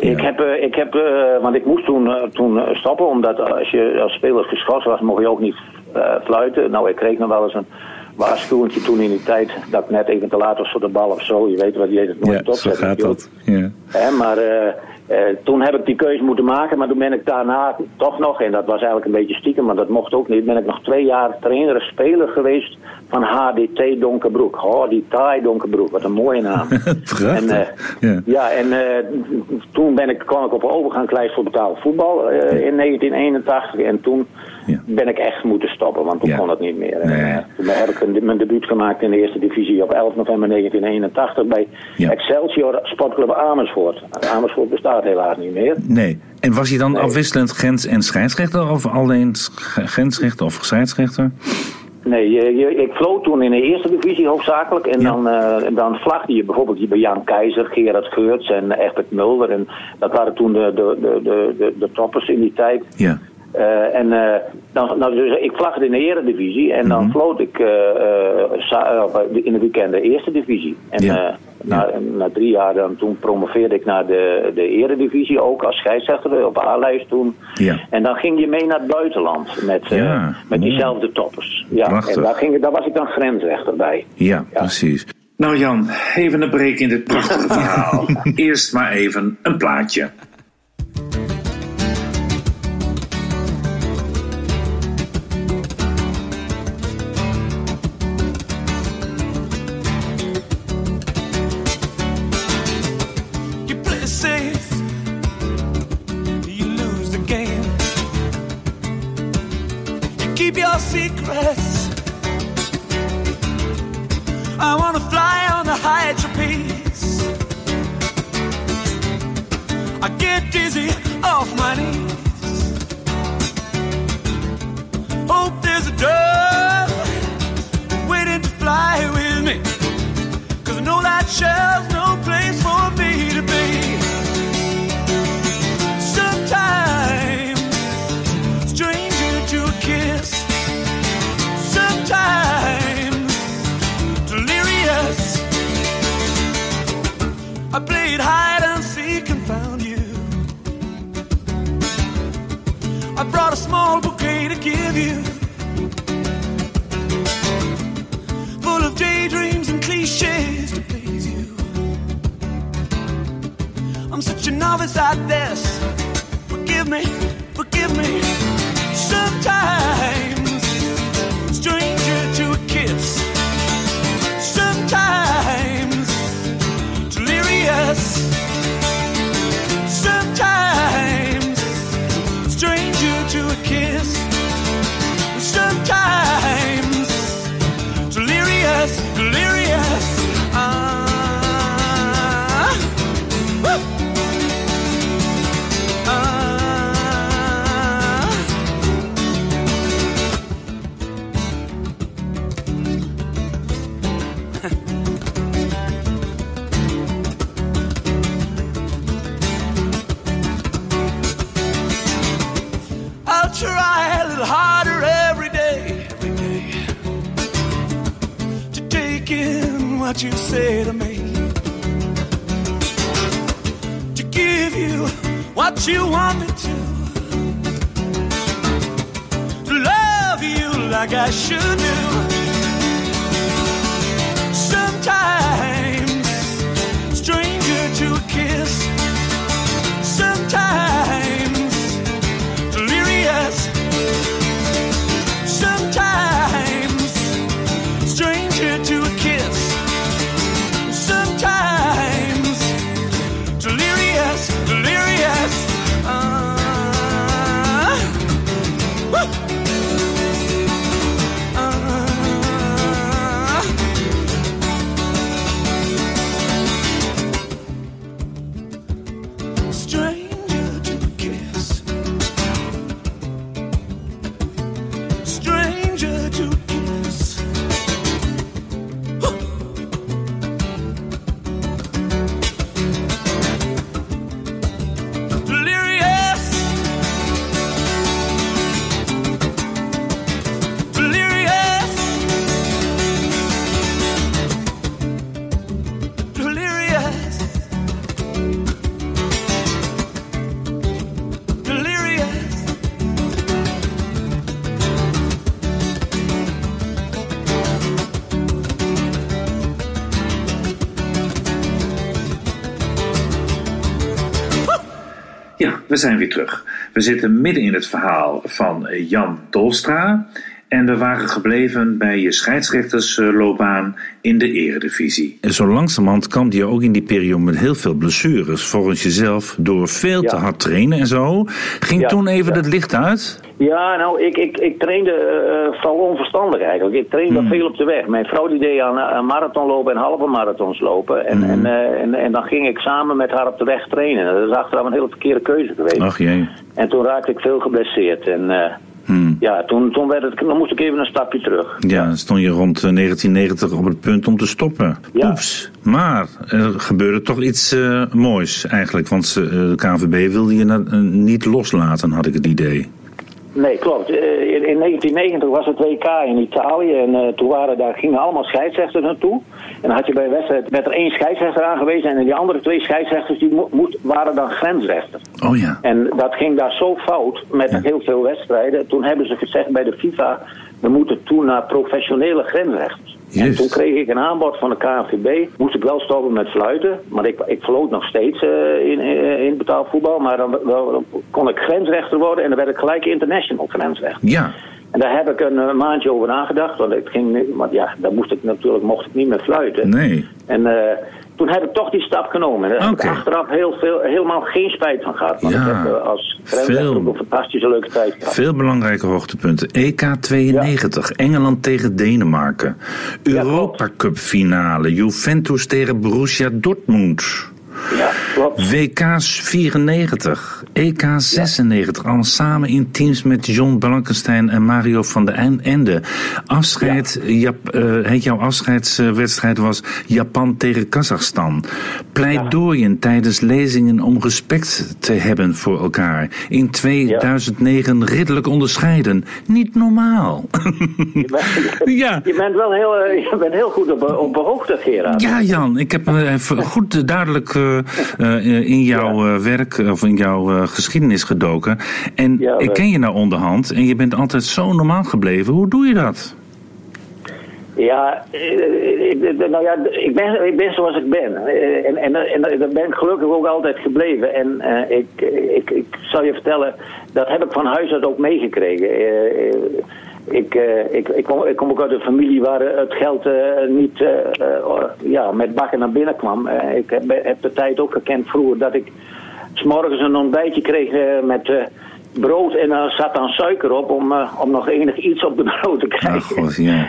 Ik heb want ik moest toen stoppen, omdat als je als speler geschorst was, mocht je ook niet fluiten. Nou, ik kreeg nog wel eens een waarschuwingje toen in die tijd dat ik net even te laat was voor de bal of zo. Je weet wat je het nooit opzet. Zo gaat dat. Ja. Maar toen heb ik die keuze moeten maken, maar toen ben ik daarna toch nog, en dat was eigenlijk een beetje stiekem, maar dat mocht ook niet, ben ik nog 2 jaar trainer en speler geweest van HDT Donkerbroek. HDT Donkerbroek, wat een mooie naam. Toen kwam ik op een overgangslijst voor betaald voetbal in 1981 en toen ben ik echt moeten stoppen, want toen kon dat niet meer. Toen heb ik mijn debuut gemaakt in de eerste divisie op 11 november 1981 bij Excelsior Sportclub Amersfoort. Amersfoort bestaat helaas niet meer. Nee. En was je dan afwisselend grens- en scheidsrechter of alleen grensrechter of scheidsrechter? Nee, ik floot toen in de eerste divisie hoofdzakelijk. En dan vlagde je bijvoorbeeld bij Jan Keizer, Gerard Geurts en Egbert Mulder. En dat waren toen de toppers in die tijd. Ja. Dus ik vlagde in de eredivisie en dan floot ik in de weekend de eerste divisie. En na 3 jaar toen promoveerde ik naar de eredivisie ook als scheidsrechter op A-lijst toen. Ja. En dan ging je mee naar het buitenland met diezelfde toppers. Ja, en daar was ik dan grensrechter bij. Ja, precies. Nou Jan, even een break in dit prachtige verhaal. Eerst maar even een plaatje. I get dizzy off my knees. Hope there's a dove waiting to fly with me, 'cause I know that shell's no place for me to be. Sometimes stranger to a kiss, sometimes delirious. I played hide and seek and found you. I brought a small bouquet to give you, full of daydreams and cliches to please you. I'm such a novice at this. Forgive me, forgive me. Sometimes stranger to a kiss, sometimes delirious, sometimes stranger to a kiss, sometimes delirious, delirious. Woo. I'll try a little harder every day to take in what you say to me, to give you what you want me to love you like I should do. Sometimes stranger to a kiss, sometimes delirious, sometimes stranger to a kiss, sometimes delirious, delirious. Woo. Stranger to a kiss, stranger to a kiss. Delirious, delirious, delirious, delirious. Ja, we zijn weer terug. We zitten midden in het verhaal van Jan Dolstra en we waren gebleven bij je scheidsrechtersloopbaan in de eredivisie. En zo langzamerhand kwam je ook in die periode met heel veel blessures, volgens jezelf, door veel te hard trainen en zo. Ging toen even het licht uit? Ja, nou, ik trainde vooral onverstandig eigenlijk. Ik trainde veel op de weg. Mijn vrouw die deed aan marathonlopen en halve marathons lopen. En dan ging ik samen met haar op de weg trainen. Dat is achteraf een hele verkeerde keuze geweest. Ach jee. En toen raakte ik veel geblesseerd. En ja, toen moest ik even een stapje terug. Ja, dan stond je rond 1990 op het punt om te stoppen. Ja. Oeps. Maar er gebeurde toch iets moois eigenlijk. Want de KNVB wilde je niet loslaten, had ik het idee. Nee, klopt. In 1990 was het WK in Italië en toen gingen allemaal scheidsrechters naartoe. En dan had je bij een wedstrijd, werd er 1 scheidsrechter aangewezen en die andere 2 scheidsrechters waren dan grensrechters. Oh ja. En dat ging daar zo fout met heel veel wedstrijden. Toen hebben ze gezegd bij de FIFA, we moeten toe naar professionele grensrechters. Yes. En toen kreeg ik een aanbod van de KNVB. Moest ik wel stoppen met fluiten. Maar ik floot nog steeds in betaalvoetbal. Maar dan kon ik grensrechter worden. En dan werd ik gelijk international grensrechter. Ja. En daar heb ik een maandje over nagedacht. Want het ging, maar ja, daar mocht ik niet meer fluiten. Nee. En toen heb ik toch die stap genomen. En daar heb ik achteraf helemaal geen spijt van gehad. Want ik heb als grensrechter ook een fantastische leuke tijd gehad. Veel belangrijke hoogtepunten. EK 92, Engeland tegen Denemarken. Europa Cup finale, Juventus tegen Borussia Dortmund. Ja. Klopt. WK's 94, EK 96, allemaal samen in teams met John Blankenstein en Mario van der Ende. Afscheid, jouw afscheidswedstrijd was Japan tegen Kazachstan. Pleidooien tijdens lezingen om respect te hebben voor elkaar. In 2009 ridderlijk onderscheiden. Niet normaal. Je bent wel heel goed op de hoogte, Gerard. Ja, Jan, ik heb goed duidelijk in jouw werk of in jouw geschiedenis gedoken. En ik ken je nou onderhand en je bent altijd zo normaal gebleven. Hoe doe je dat? Ja, ik ben zoals ik ben. En dat ben ik gelukkig ook altijd gebleven. En ik zal je vertellen, dat heb ik van huis uit ook meegekregen. Ik kom ook uit een familie waar het geld niet met bakken naar binnen kwam. Ik heb de tijd ook gekend vroeger dat ik 's morgens een ontbijtje kreeg met brood en daar zat dan suiker op om nog enig iets op de brood te krijgen. God, ja.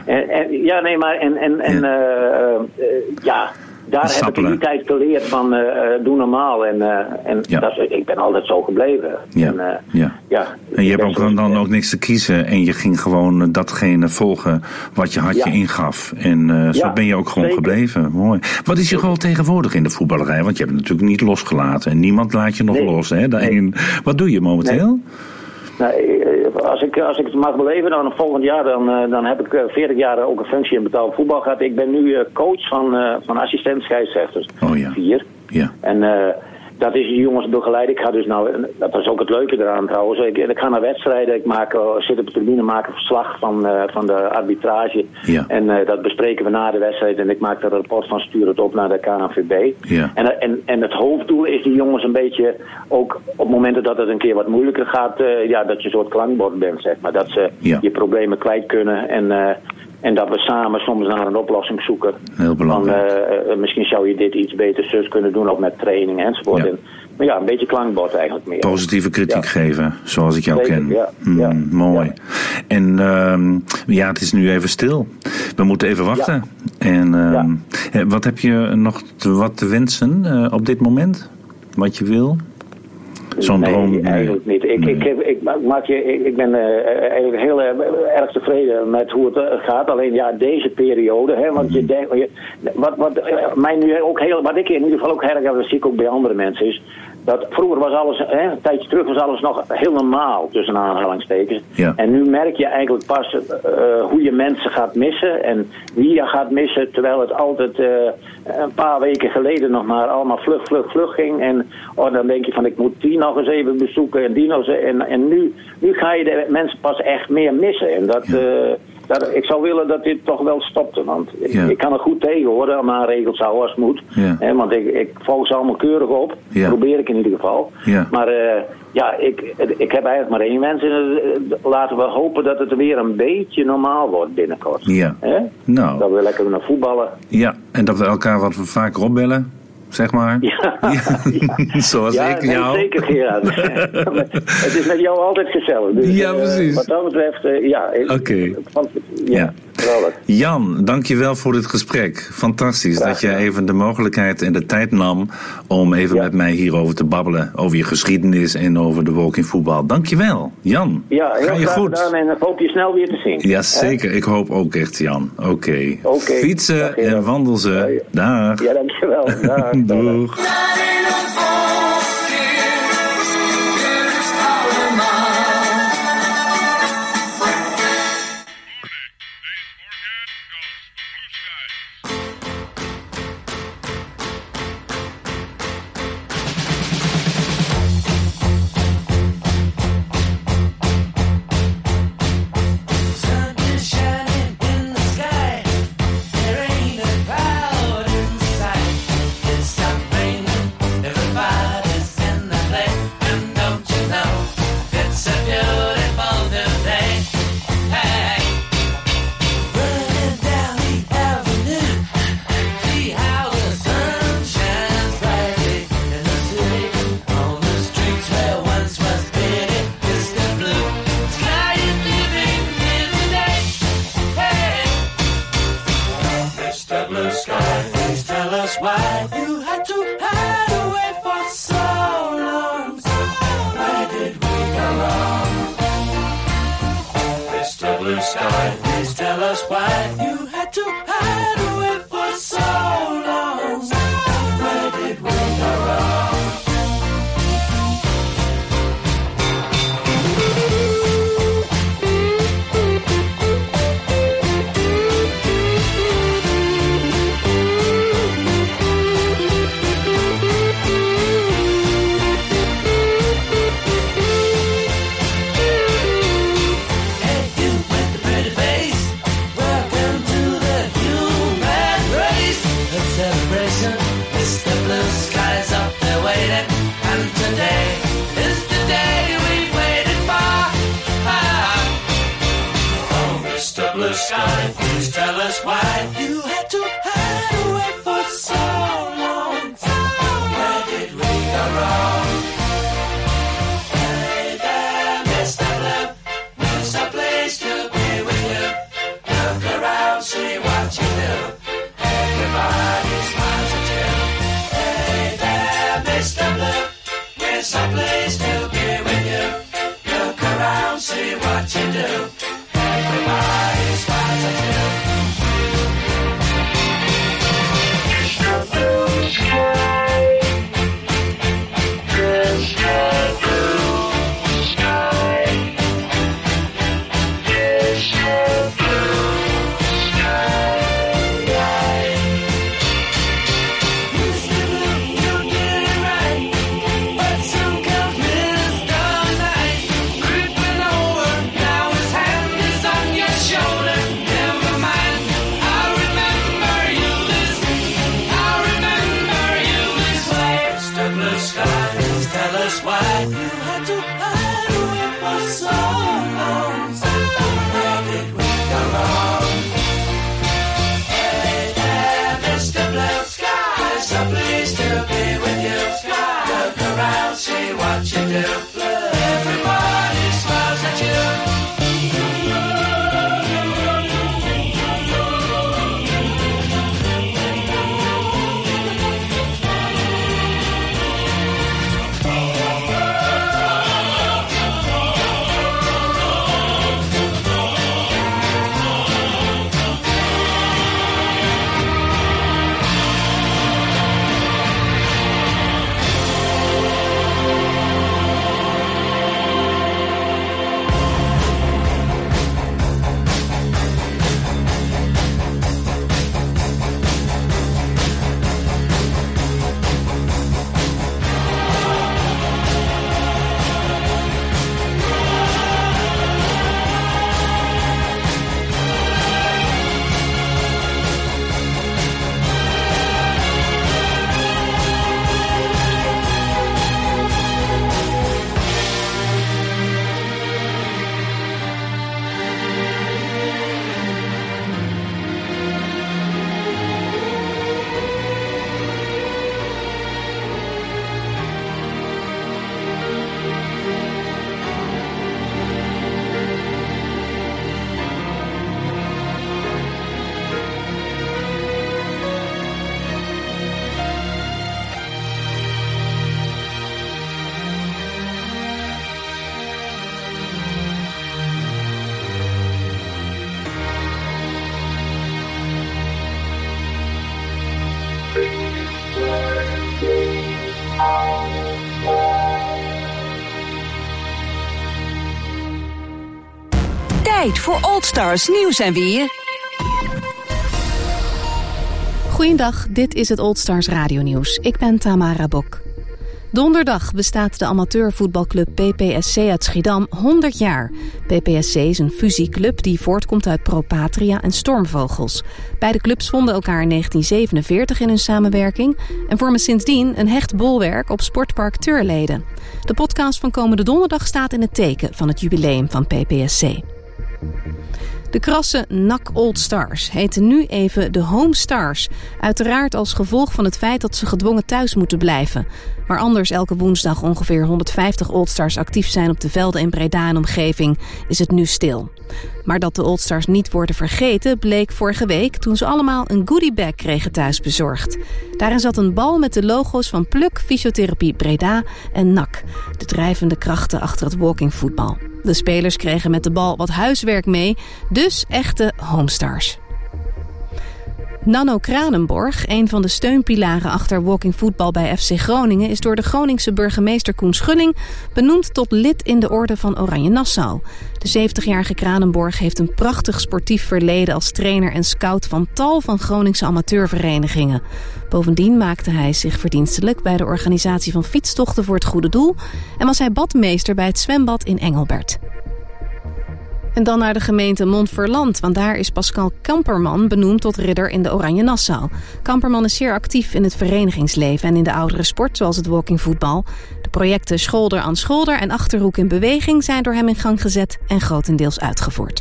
Daar heb ik in die tijd geleerd van doe normaal. Ik ben altijd zo gebleven. En je hebt ook dan ook niks te kiezen en je ging gewoon datgene volgen wat je hartje ingaf. En zo ben je ook gewoon gebleven. Mooi. Wat is je rol tegenwoordig in de voetballerij? Want je hebt het natuurlijk niet losgelaten en niemand laat je nog los. Hè? Wat doe je momenteel? Nou, als ik het mag beleven, dan volgend jaar dan heb ik 40 jaar ook een functie in betaald voetbal gehad. Ik ben nu coach van assistent scheidsrechters. 4. Ja. En dat is die jongens begeleid. Ik ga dus dat is ook het leuke eraan trouwens. Ik ga naar wedstrijden, zit op de tribune, maak een verslag van de arbitrage. Ja. En dat bespreken we na de wedstrijd en ik maak er een rapport van, stuur het op naar de KNVB. Ja. En het hoofddoel is die jongens een beetje, ook op momenten dat het een keer wat moeilijker gaat, dat je een soort klankbord bent, zeg maar. Dat ze je problemen kwijt kunnen en dat we samen soms naar een oplossing zoeken. Heel belangrijk. Misschien zou je dit iets beter zus kunnen doen, ook met training enzovoort. Ja. Maar een beetje klankbord eigenlijk meer. Positieve kritiek geven, zoals ik jou ken. Ja. Mooi. Ja. En het is nu even stil. We moeten even wachten. Ja. En wat heb je nog wat te wensen op dit moment? Wat je wil? Zo'n droom? Eigenlijk niet. Ik ben eigenlijk heel erg tevreden met hoe het gaat. Alleen deze periode. Hè, want je denkt, wat ik in ieder geval ook herken, dat zie ik ook bij andere mensen, is dat vroeger was alles, een tijdje terug was alles nog heel normaal, tussen aanhalingstekens. Ja. En nu merk je eigenlijk pas hoe je mensen gaat missen en wie je gaat missen, terwijl het altijd een paar weken geleden nog maar allemaal vlug ging. En dan denk je van, ik moet die nog eens even bezoeken en die nog eens. En nu ga je de mensen pas echt meer missen. En ik zou willen dat dit toch wel stopte, want ik kan er goed tegen horen, aan mijn regels houden als het moet. Ja. Want ik volg ze allemaal keurig op, probeer ik in ieder geval. Ja. Maar ik heb eigenlijk maar één wens. Laten we hopen dat het weer een beetje normaal wordt binnenkort. Ja. Nou. Dat we lekker naar voetballen. Ja, en dat we elkaar wat vaker opbellen. Zeg maar. Ja. Zoals ik jou. Zeker, Gerard. Het is met jou altijd gezellig. Dus, precies. Wat dat betreft, Oké. Jan, dankjewel voor dit gesprek. Fantastisch dat je even de mogelijkheid en de tijd nam om even met mij hierover te babbelen. Over je geschiedenis en over de walking voetbal. Dankjewel, Jan. Ja, heel graag gedaan en ik hoop je snel weer te zien. Ja, zeker. Ik hoop ook echt, Jan. Oké. Fietsen en wandel ze. Dag. Ja, dankjewel. Dag. Doeg. Mr. Blue Sky, please tell us why you had to hide away for sky, please tell us why you had to hide away for so long. Where did we go wrong? Sky, please tell us why you had to hide away for so long. Where did we go wrong? Hey there, Mr. Blue, there's a place to be with you. Look around, see what you do. Everybody smiles at you. Hey there, Mr. Blue, there's a place to be with you. Look around, see what you do. Everybody smiles at you. Blue sky, Mr. Blue sky, Mr. Blue sky. Mr. Blue, you did it right, but soon comes Mr. Night, creeping over. Now his hand is on your shoulder. Never mind, I remember you this way. Mr. Blue Sky, please tell us why you had to hide away for so long. Where did we go wrong? Hey there, Mr. Blue Sky, it's a place to be with you. Look around, see what you do. Everybody smiles at you. Tijd voor Old Stars nieuws en weer. Goeiedag, dit is het Old Stars radionieuws. Ik ben Tamara Bok. Donderdag bestaat de amateurvoetbalclub PPSC uit Schiedam 100 jaar. PPSC is een fusieclub die voortkomt uit Pro Patria en Stormvogels. Beide clubs vonden elkaar in 1947 in hun samenwerking en vormen sindsdien een hecht bolwerk op Sportpark Turleden. De podcast van komende donderdag staat in het teken van het jubileum van PPSC. De krasse NAC Old Stars heten nu even de Home Stars. Uiteraard als gevolg van het feit dat ze gedwongen thuis moeten blijven. Waar anders elke woensdag ongeveer 150 Old Stars actief zijn op de velden in Breda en omgeving, is het nu stil. Maar dat de Old Stars niet worden vergeten bleek vorige week toen ze allemaal een goodiebag kregen thuis bezorgd. Daarin zat een bal met de logo's van Pluk, Fysiotherapie Breda en NAC, de drijvende krachten achter het walkingvoetbal. De spelers kregen met de bal wat huiswerk mee, dus echte homestars. Nanno Kranenborg, een van de steunpilaren achter walking voetbal bij FC Groningen, is door de Groningse burgemeester Koen Schulling benoemd tot lid in de Orde van Oranje Nassau. De 70-jarige Kranenborg heeft een prachtig sportief verleden als trainer en scout van tal van Groningse amateurverenigingen. Bovendien maakte hij zich verdienstelijk bij de organisatie van fietstochten voor het goede doel en was hij badmeester bij het zwembad in Engelbert. En dan naar de gemeente Montferland, want daar is Pascal Kamperman benoemd tot ridder in de Oranje Nassau. Kamperman is zeer actief in het verenigingsleven en in de oudere sport, zoals het walkingvoetbal. De projecten Scholder aan Scholder en Achterhoek in Beweging zijn door hem in gang gezet en grotendeels uitgevoerd.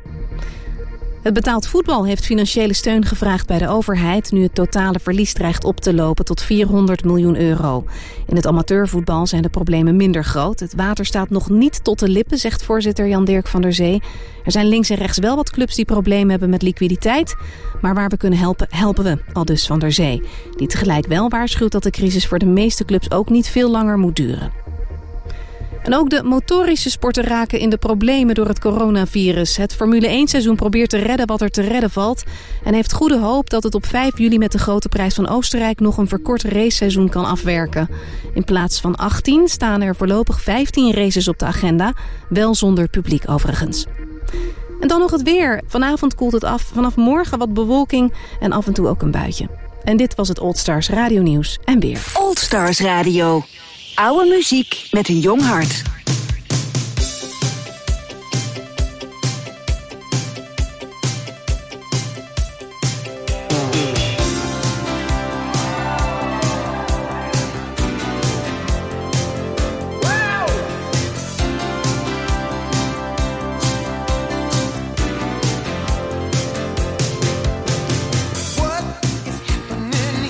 Het betaald voetbal heeft financiële steun gevraagd bij de overheid, nu het totale verlies dreigt op te lopen tot 400 miljoen euro. In het amateurvoetbal zijn de problemen minder groot. Het water staat nog niet tot de lippen, zegt voorzitter Jan-Dirk van der Zee. Er zijn links en rechts wel wat clubs die problemen hebben met liquiditeit, maar waar we kunnen helpen, helpen we, aldus Van der Zee. Die tegelijk wel waarschuwt dat de crisis voor de meeste clubs ook niet veel langer moet duren. En ook de motorische sporten raken in de problemen door het coronavirus. Het Formule 1-seizoen probeert te redden wat er te redden valt en heeft goede hoop dat het op 5 juli met de Grote Prijs van Oostenrijk nog een verkort raceseizoen kan afwerken. In plaats van 18 staan er voorlopig 15 races op de agenda, wel zonder publiek overigens. En dan nog het weer. Vanavond koelt het af, vanaf morgen wat bewolking en af en toe ook een buitje. En dit was het Old Stars Radio Nieuws en weer. Old Stars Radio. Oude muziek met een jong hart.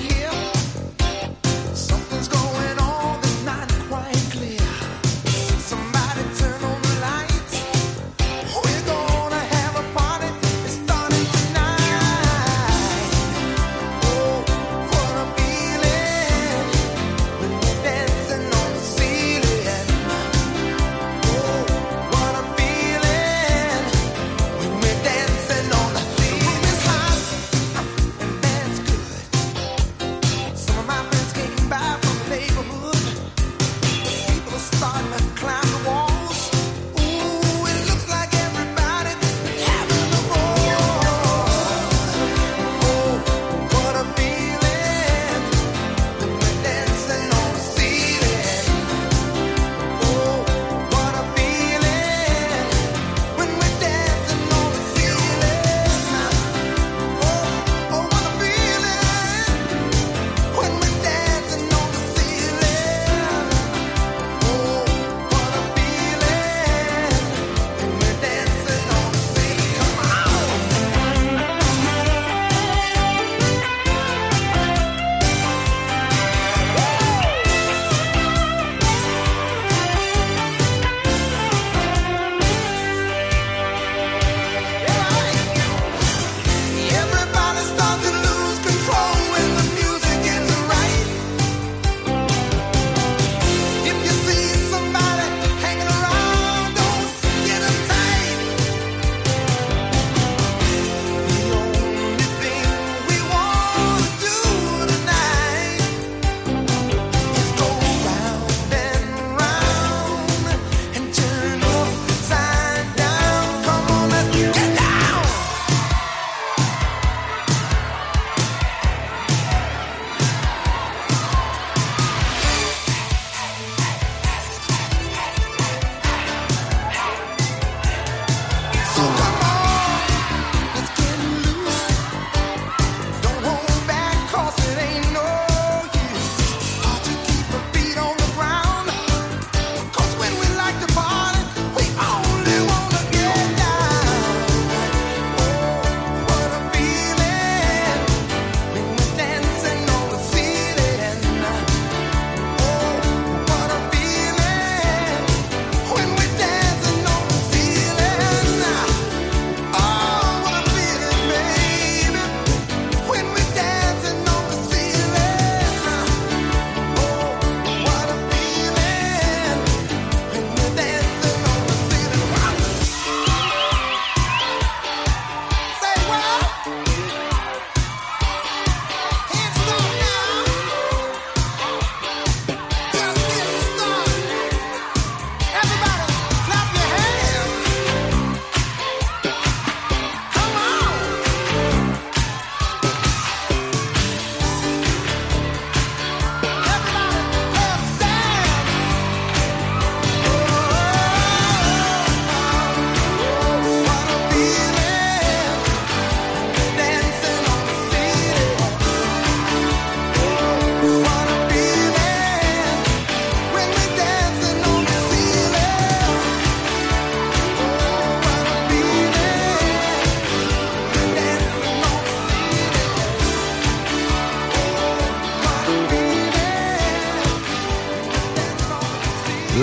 Something's going on that's not quite clear.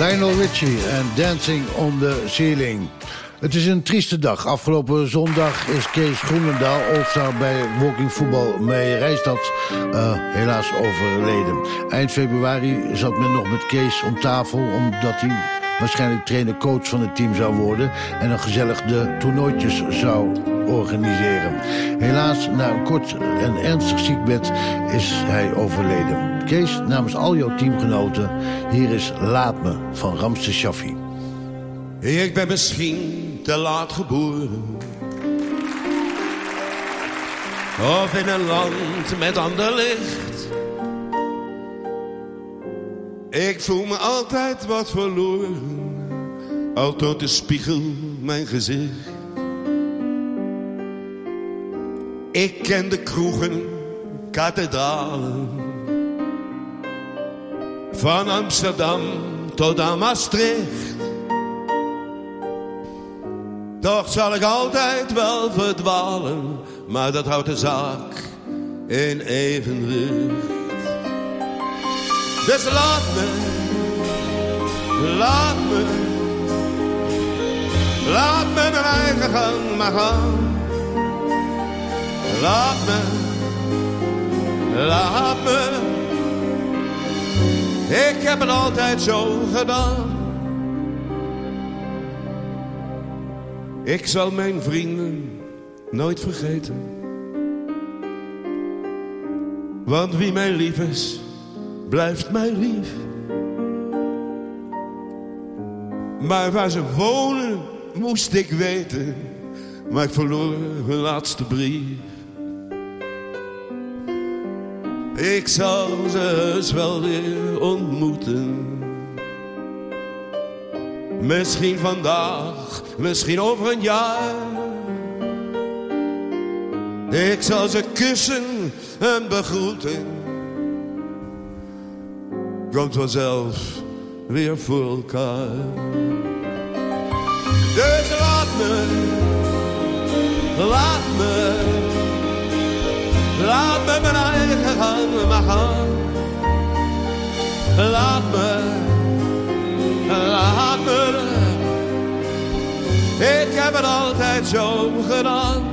Lionel Richie en Dancing on the Ceiling. Het is een trieste dag. Afgelopen zondag is Kees Groenendaal, All-Star bij Walking Voetbal Meijerijstad, helaas overleden. Eind februari zat men nog met Kees om tafel, omdat hij waarschijnlijk trainer-coach van het team zou worden en dan gezellig de toernooitjes zou organiseren. Helaas, na een kort en ernstig ziekbed is hij overleden. Kees, namens al jouw teamgenoten, hier is Laat Me van Ramses Shaffi. Ik ben misschien te laat geboren, of in een land met ander licht. Ik voel me altijd wat verloren, al toont de spiegel mijn gezicht. Ik ken de kroegen, kathedralen, van Amsterdam tot aan Maastricht. Toch zal ik altijd wel verdwalen, maar dat houdt de zaak in evenwicht. Dus laat me, laat me, laat me mijn eigen gang maar gaan. Laat me, laat me, ik heb het altijd zo gedaan. Ik zal mijn vrienden nooit vergeten, want wie mij lief is, blijft mij lief. Maar waar ze wonen, moest ik weten, maar ik verloor hun laatste brief. Ik zal ze heus wel weer ontmoeten. Misschien vandaag, misschien over een jaar. Ik zal ze kussen en begroeten. Komt vanzelf weer voor elkaar. Dus laat me, laat me, laat me mijn eigen gang maar gaan. Laat me, laat me, ik heb het altijd zo gedaan.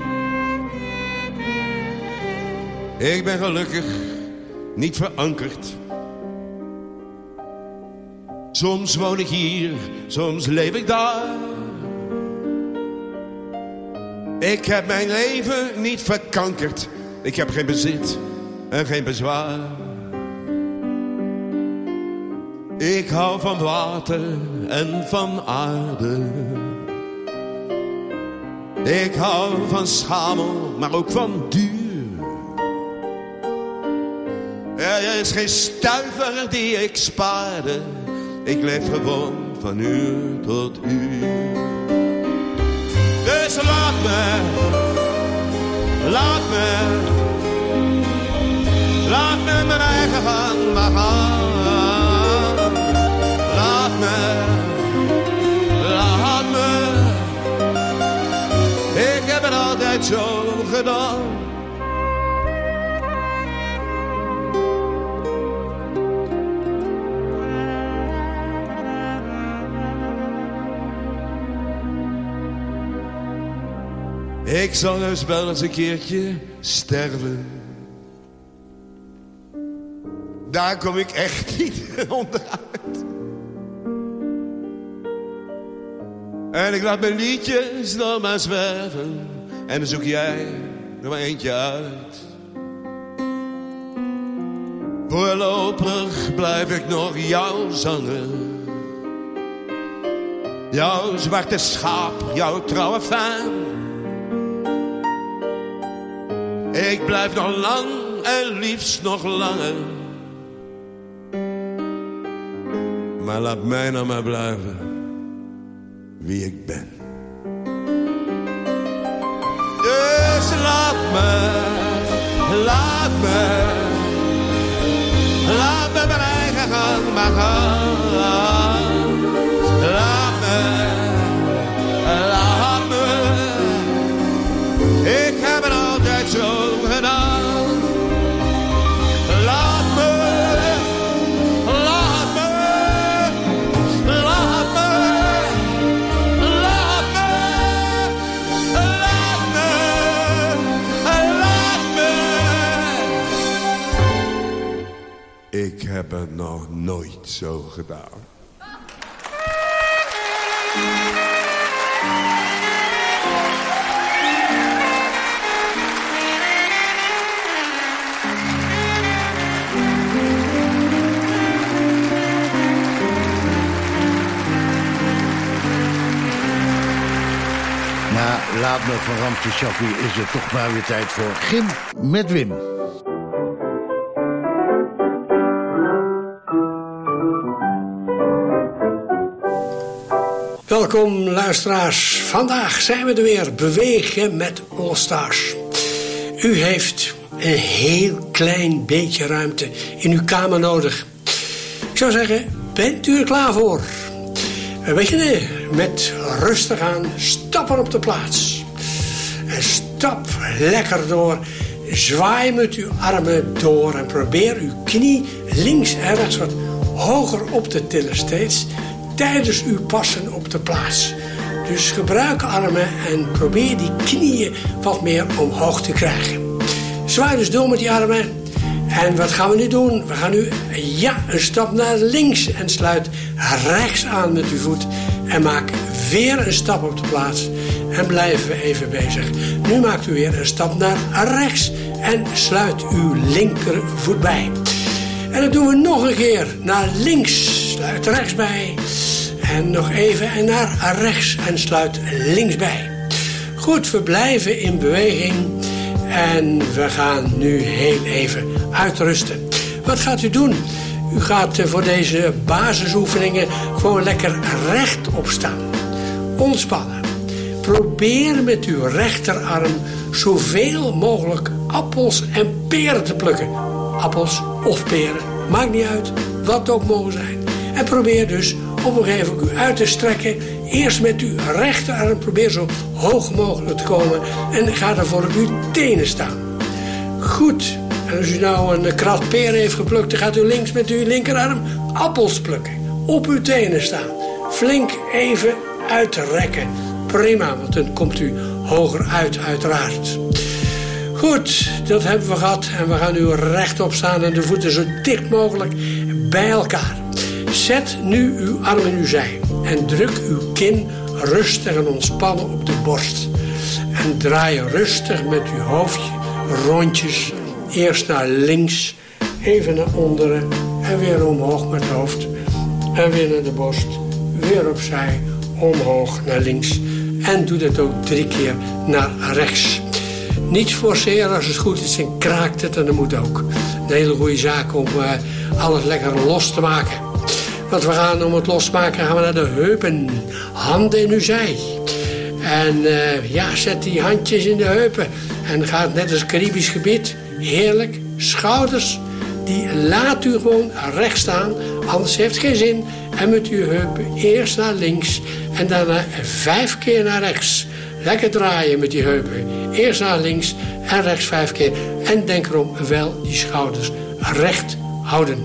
Ik ben gelukkig niet verankerd. Soms woon ik hier, soms leef ik daar. Ik heb mijn leven niet verkankerd. Ik heb geen bezit en geen bezwaar. Ik hou van water en van aarde. Ik hou van schamel, maar ook van duur. Er is geen stuiver die ik spaarde. Ik leef gewoon van uur tot uur. Dus laat me, laat me, laat me mijn eigen gang maar gaan. Laat me, laat me, ik heb het altijd zo gedaan. Ik zal dus wel eens een keertje sterven. Daar kom ik echt niet onderuit. En ik laat mijn liedjes nog maar zwerven. En dan zoek jij er maar eentje uit. Voorlopig blijf ik nog jouw zanger. Jouw zwarte schaap, jouw trouwe fan. Ik blijf nog lang en liefst nog langer. Maar laat mij nou maar blijven wie ik ben. Dus laat me, laat me, laat me mijn eigen gang maar gaan. Laat me, laat me, ik heb het altijd zo gedaan. Laat me, laat me, heb het nog nooit zo gedaan. Na Laat me van Ramse Shaffi is het toch maar weer tijd voor Gym met Wim. Welkom luisteraars. Vandaag zijn we er weer. Bewegen met All Stars. U heeft een heel klein beetje ruimte in uw kamer nodig. Ik zou zeggen, bent u er klaar voor? We beginnen met rustig aan stappen op de plaats. En stap lekker door. Zwaai met uw armen door en probeer uw knie links en rechts wat hoger op te tillen steeds tijdens uw passen op de plaats. Dus gebruik armen en probeer die knieën wat meer omhoog te krijgen. Zwaai dus door met die armen. En wat gaan we nu doen? We gaan nu een stap naar links en sluit rechts aan met uw voet. En maak weer een stap op de plaats. En blijven we even bezig. Nu maakt u weer een stap naar rechts en sluit uw linkervoet bij. En dat doen we nog een keer. Naar links, sluit rechts bij. En nog even en naar rechts en sluit links bij. Goed, we blijven in beweging. En we gaan nu heel even uitrusten. Wat gaat u doen? U gaat voor deze basisoefeningen gewoon lekker rechtop staan. Ontspannen. Probeer met uw rechterarm zoveel mogelijk appels en peren te plukken. Appels of peren, maakt niet uit, wat ook mogen zijn. En probeer dus op een gegeven moment u uit te strekken. Eerst met uw rechterarm, probeer zo hoog mogelijk te komen. En ga daarvoor op uw tenen staan. Goed. En als u nou een krat peren heeft geplukt, dan gaat u links met uw linkerarm appels plukken. Op uw tenen staan. Flink even uitrekken. Prima, want dan komt u hoger uit, uiteraard. Goed, dat hebben we gehad. En we gaan nu rechtop staan en de voeten zo dicht mogelijk bij elkaar. Zet nu uw arm in uw zij. En druk uw kin rustig en ontspannen op de borst. En draai rustig met uw hoofdje rondjes. Eerst naar links, even naar onderen en weer omhoog met het hoofd. En weer naar de borst, weer opzij, omhoog naar links. En doe dat ook 3 keer naar rechts. Niet forceren als het goed is en kraakt het en dat moet ook. Een hele goede zaak om alles lekker los te maken. Want we gaan om het los te maken gaan we naar de heupen. Handen in uw zij. En zet die handjes in de heupen. En gaat net als Caribisch gebied. Heerlijk. Schouders, die laat u gewoon recht staan. Anders heeft het geen zin. En met uw heupen eerst naar links. En daarna 5 keer naar rechts. Lekker draaien met die heupen. Eerst naar links en rechts 5 keer. En denk erom, wel die schouders recht houden.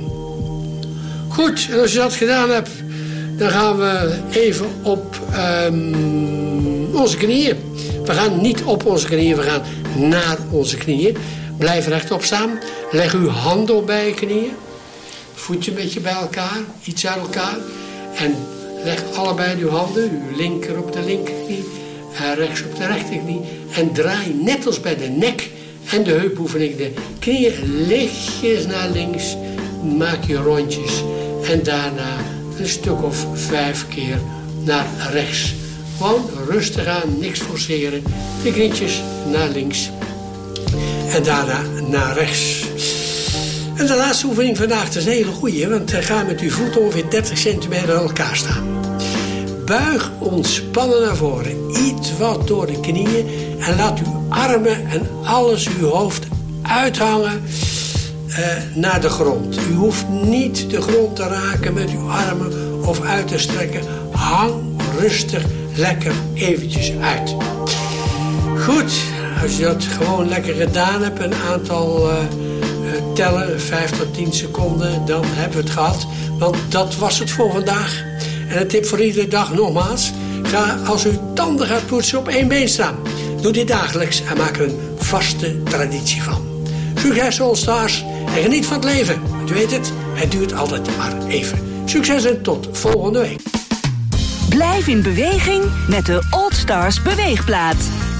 Goed, en als je dat gedaan hebt, dan gaan we even op onze knieën. We gaan niet op onze knieën, we gaan naar onze knieën. Blijf rechtop staan. Leg uw handen op bij je knieën. Voetje een beetje bij elkaar, iets uit elkaar. En leg allebei uw handen, uw linker op de linkerknie en rechts op de rechterknie. En draai net als bij de nek en de heupoefening de knieën lichtjes naar links. Maak je rondjes. En daarna een stuk of 5 keer naar rechts. Gewoon rustig aan, niks forceren. De knietjes naar links. En daarna naar rechts. En de laatste oefening vandaag, dat is een hele goeie. Want ga met uw voeten ongeveer 30 centimeter aan elkaar staan. Buig ontspannen naar voren. Iets wat door de knieën. En laat uw armen en alles uw hoofd uithangen naar de grond. U hoeft niet de grond te raken met uw armen of uit te strekken. Hang rustig lekker eventjes uit. Goed, als je dat gewoon lekker gedaan hebt, een aantal tellen, 5 tot 10 seconden, dan hebben we het gehad. Want dat was het voor vandaag. En een tip voor iedere dag nogmaals. Ga als u tanden gaat poetsen op 1 been staan. Doe dit dagelijks en maak er een vaste traditie van. Succes All Stars en geniet van het leven. Want u weet het duurt altijd maar even. Succes en tot volgende week. Blijf in beweging met de Old Stars beweegplaat.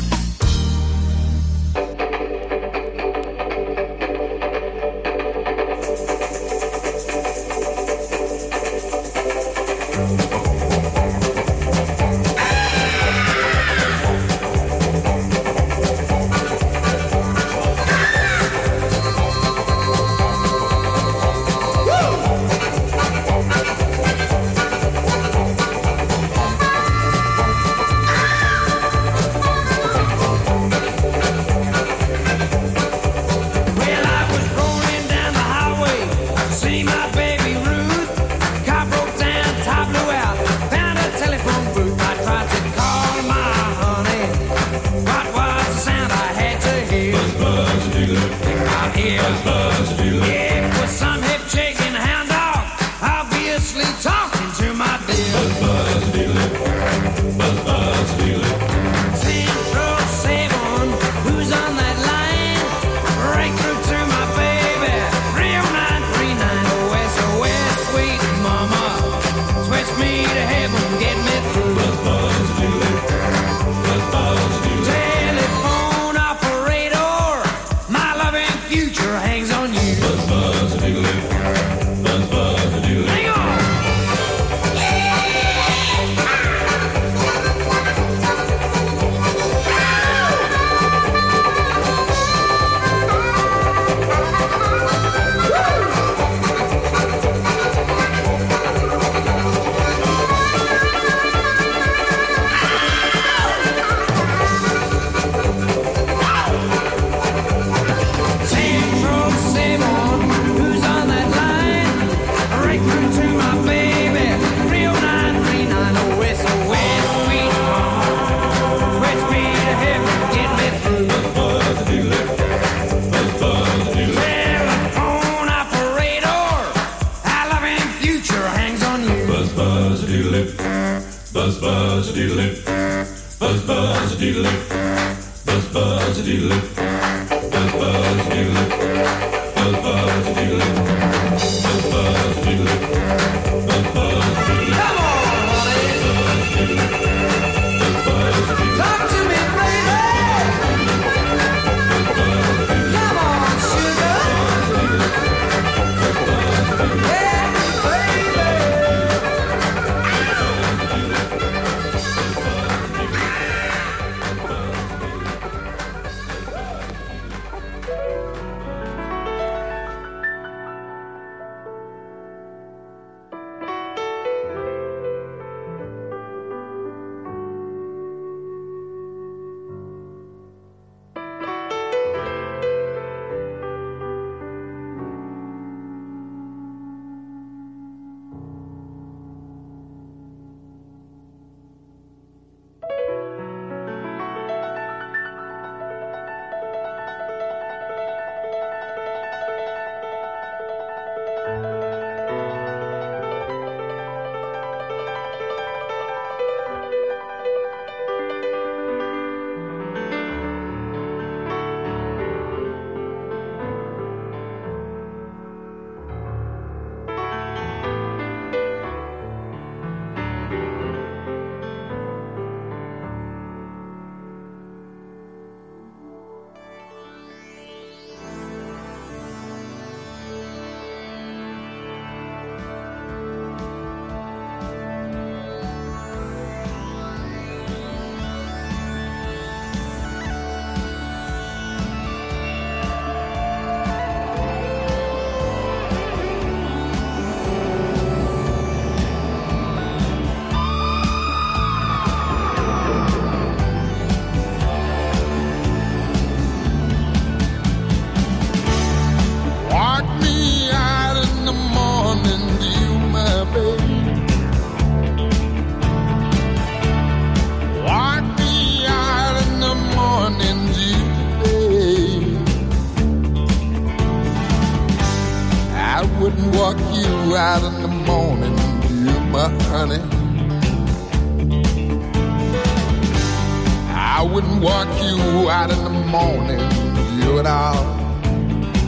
walk you out in the morning, you my honey. I wouldn't walk you out in the morning, you and all.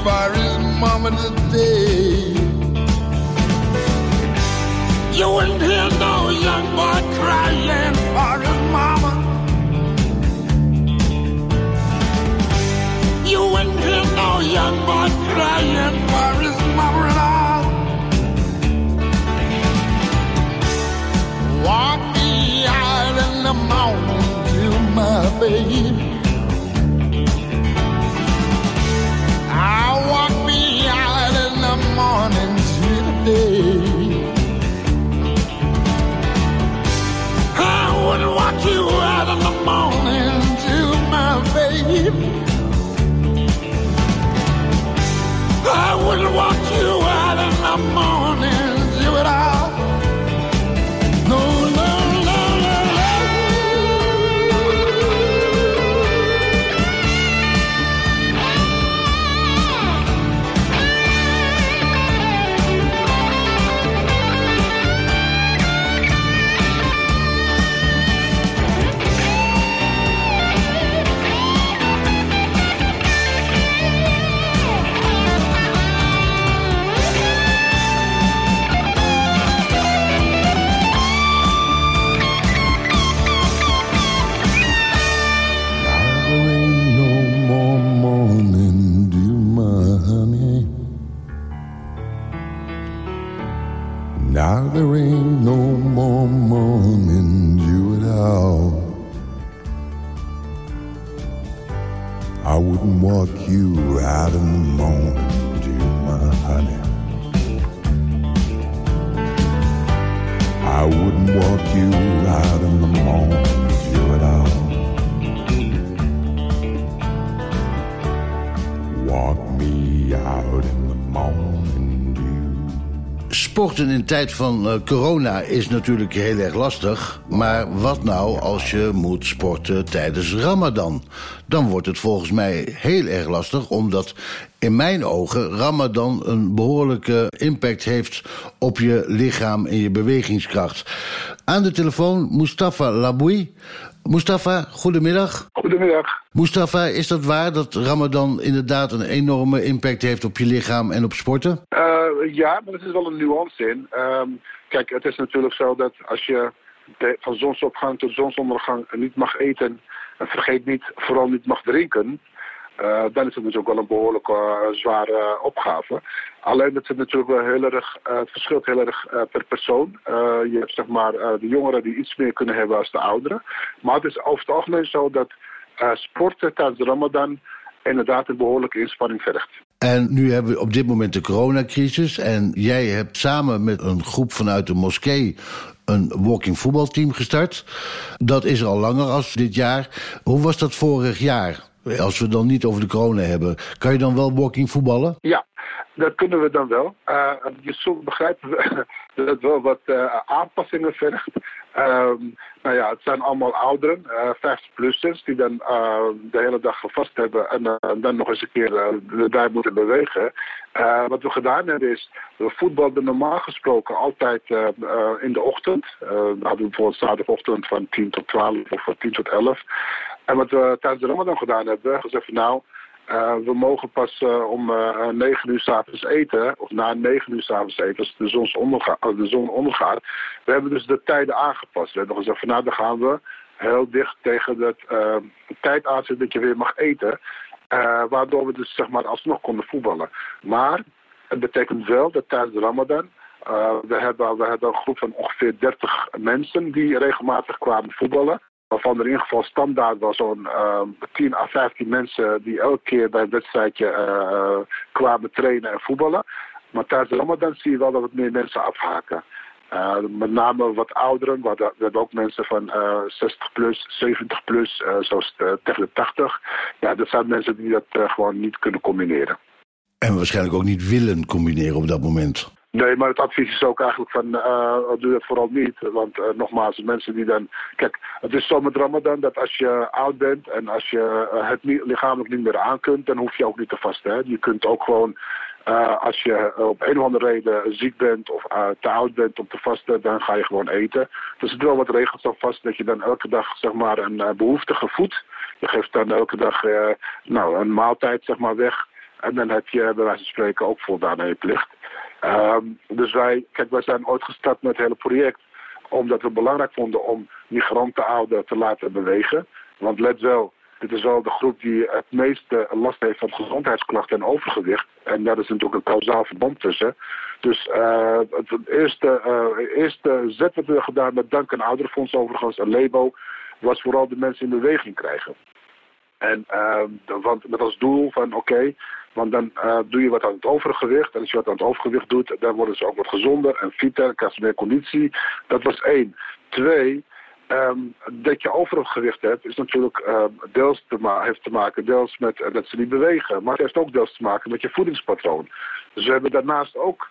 for his mama today. You wouldn't hear no young boy crying for his mama. You wouldn't hear no young boy crying for his mama at all. Walk me out in the morning to my baby. I'll walk me out in the morning to the day. I would walk you out in the morning to my baby. I would walk you out in the morning to it all. No, no, no, no, no. Now there ain't no more morning dew at all. I wouldn't walk you out in the morning dew, my honey. I wouldn't walk you out in the morning dew at all. Walk me out in the morning dew. Sporten in tijd van corona is natuurlijk heel erg lastig. Maar wat nou als je moet sporten tijdens Ramadan? Dan wordt het volgens mij heel erg lastig, omdat in mijn ogen Ramadan een behoorlijke impact heeft op je lichaam en je bewegingskracht. Aan de telefoon Mustafa Laboui. Mustafa, goedemiddag. Goedemiddag. Mustafa, is dat waar dat Ramadan inderdaad een enorme impact heeft op je lichaam en op sporten? Ja, maar er is wel een nuance in. Kijk, het is natuurlijk zo dat als je van zonsopgang tot zonsondergang niet mag eten en vergeet niet, vooral niet mag drinken, dan is het natuurlijk wel een behoorlijke zware opgave. Alleen dat het natuurlijk wel heel erg, het verschilt heel erg per persoon. Je hebt zeg maar de jongeren die iets meer kunnen hebben als de ouderen. Maar het is over het algemeen zo dat sporten tijdens de Ramadan inderdaad een behoorlijke inspanning vergt. En nu hebben we op dit moment de coronacrisis. En jij hebt samen met een groep vanuit de moskee een walking voetbalteam gestart. Dat is er al langer als dit jaar. Hoe was dat vorig jaar? Als we dan niet over de corona hebben. Kan je dan wel walking voetballen? Ja, dat kunnen we dan wel. Je zult begrijpen dat het wel wat aanpassingen vergt. Nou ja, het zijn allemaal ouderen, 50-plussers, die dan de hele dag vast hebben en dan nog eens een keer daar moeten bewegen. Wat we gedaan hebben is, we voetbalden normaal gesproken altijd in de ochtend. We hadden bijvoorbeeld zaterdagochtend van 10 tot 12 of van 10 tot 11. En wat we tijdens de Ramadan gedaan hebben, gezegd van nou, we mogen pas om 9 uur 's avonds eten, of na 9 uur 's avonds eten, als de zon ondergaat. We hebben dus de tijden aangepast. We hebben gezegd van nou, dan gaan we heel dicht tegen de tijd aanzetten dat je weer mag eten. Waardoor we dus zeg maar alsnog konden voetballen. Maar het betekent wel dat tijdens de Ramadan, we hebben een groep van ongeveer 30 mensen die regelmatig kwamen voetballen. Waarvan er in ieder geval standaard was zo'n 10 à 15 mensen die elke keer bij een wedstrijdje kwamen trainen en voetballen. Maar tijdens de Ramadan zie je wel dat wat meer mensen afhaken. Met name wat ouderen, we hebben ook mensen van 60 plus, 70 plus, zoals tegen de 80. Ja, dat zijn mensen die dat gewoon niet kunnen combineren. En waarschijnlijk ook niet willen combineren op dat moment. Nee, maar het advies is ook eigenlijk van, doe dat vooral niet. Want nogmaals, mensen die dan... Kijk, het is zo met Ramadan dat als je oud bent en als je het lichamelijk niet meer aan kunt, dan hoef je ook niet te vasten. Hè? Je kunt ook gewoon, als je op een of andere reden ziek bent of te oud bent om te vasten, dan ga je gewoon eten. Er zitten wel wat regels aan vast dat je dan elke dag zeg maar een behoeftige voedt. Je geeft dan elke dag een maaltijd zeg maar weg. En dan heb je bij wijze van spreken ook voldaan aan je plicht. Dus wij zijn ooit gestart met het hele project omdat we het belangrijk vonden om migranten ouderen te laten bewegen. Want let wel, dit is wel de groep die het meeste last heeft van gezondheidsklachten en overgewicht. En daar is natuurlijk een kausaal verband tussen. Dus het eerste zet wat we gedaan met dank aan Ouderenfonds overigens, en Lebo, was vooral de mensen in beweging krijgen. En want met als doel van want dan doe je wat aan het overgewicht. En als je wat aan het overgewicht doet, dan worden ze ook wat gezonder en fitter, dan krijgen ze meer conditie. Dat was 1. 2, dat je overgewicht hebt, is natuurlijk heeft te maken deels met dat ze niet bewegen. Maar het heeft ook deels te maken met je voedingspatroon. Dus we hebben daarnaast ook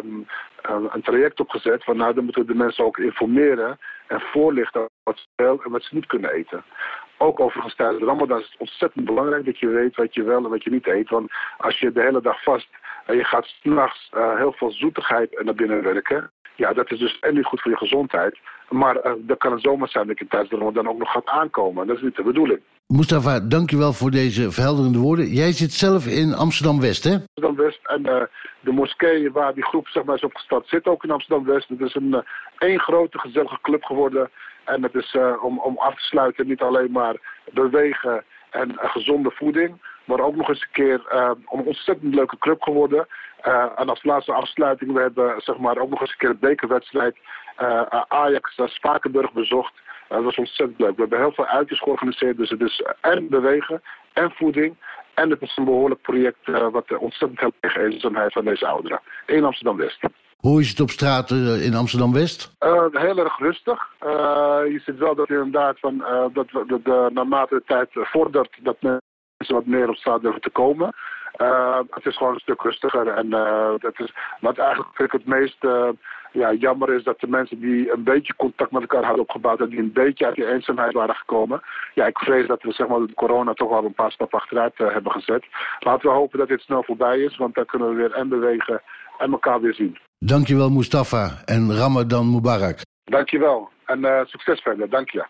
een traject opgezet van dan moeten we de mensen ook informeren en voorlichten wat ze wel en wat ze niet kunnen eten. Ook overigens tijdens de Ramadan is het ontzettend belangrijk dat je weet wat je wel en wat je niet eet. Want als je de hele dag vast en je gaat 's nachts heel veel zoetigheid naar binnen werken, ja, dat is dus en niet goed voor je gezondheid. Maar dan kan het zomaar zijn dat je tijdens de Ramadan ook nog gaat aankomen. En dat is niet de bedoeling. Mustafa, dankjewel voor deze verhelderende woorden. Jij zit zelf in Amsterdam-West, hè? Amsterdam-West en de moskee waar die groep is opgestart zit ook in Amsterdam-West. Het is één grote gezellige club geworden. En het is om af te sluiten niet alleen maar bewegen en gezonde voeding, maar ook nog eens een keer een ontzettend leuke club geworden. En als laatste afsluiting, we hebben ook nog eens een keer een bekerwedstrijd Ajax Spakenburg bezocht. Dat was ontzettend leuk. We hebben heel veel uitjes georganiseerd, dus het is en bewegen en voeding. En het is een behoorlijk project wat ontzettend helpt tegen de eenzaamheid van deze ouderen in Amsterdam-West. Hoe is het op straat in Amsterdam-West? Heel erg rustig. Je ziet wel dat inderdaad naarmate de tijd vordert dat mensen wat meer op straat durven te komen. Het is gewoon een stuk rustiger. En wat eigenlijk vind ik het meest jammer is dat de mensen die een beetje contact met elkaar hadden opgebouwd en die een beetje uit die eenzaamheid waren gekomen. Ja, ik vrees dat we de corona toch wel een paar stappen achteruit hebben gezet. Laten we hopen dat dit snel voorbij is, want dan kunnen we weer en bewegen en elkaar weer zien. Dankjewel Mustafa en Ramadan Mubarak. Dankjewel en succes verder. Dank je.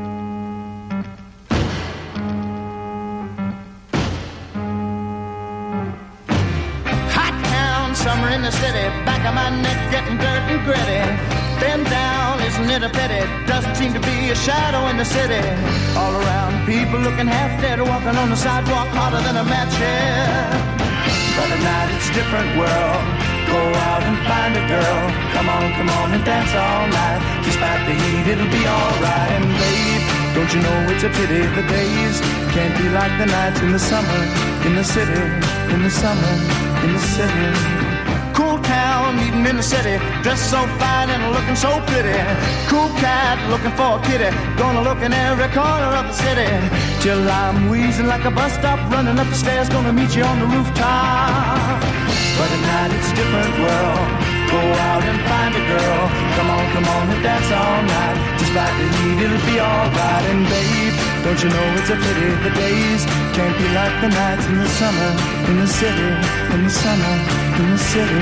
Summer in the city, back of my neck getting dirt and gritty. Bend down, isn't it a pity? Doesn't seem to be a shadow in the city. All around, people looking half dead, walking on the sidewalk harder than a match here. But at night it's a different world. Go out and find a girl. Come on and dance all night. Despite the heat, it'll be alright. And babe, don't you know it's a pity the days can't be like the nights in the summer, in the city, in the summer, in the city. Cool town, meeting in the city, dressed so fine and looking so pretty. Cool cat, looking for a kitty, gonna look in every corner of the city. Till I'm wheezing like a bus stop, running up the stairs, gonna meet you on the rooftop. But at night it's a different world. Go out and find a girl. Come on and dance all night. Despite the heat, it'll be alright. And babe, don't you know it's a pity the days can't be like the nights in the summer, in the city, in the summer, in the city.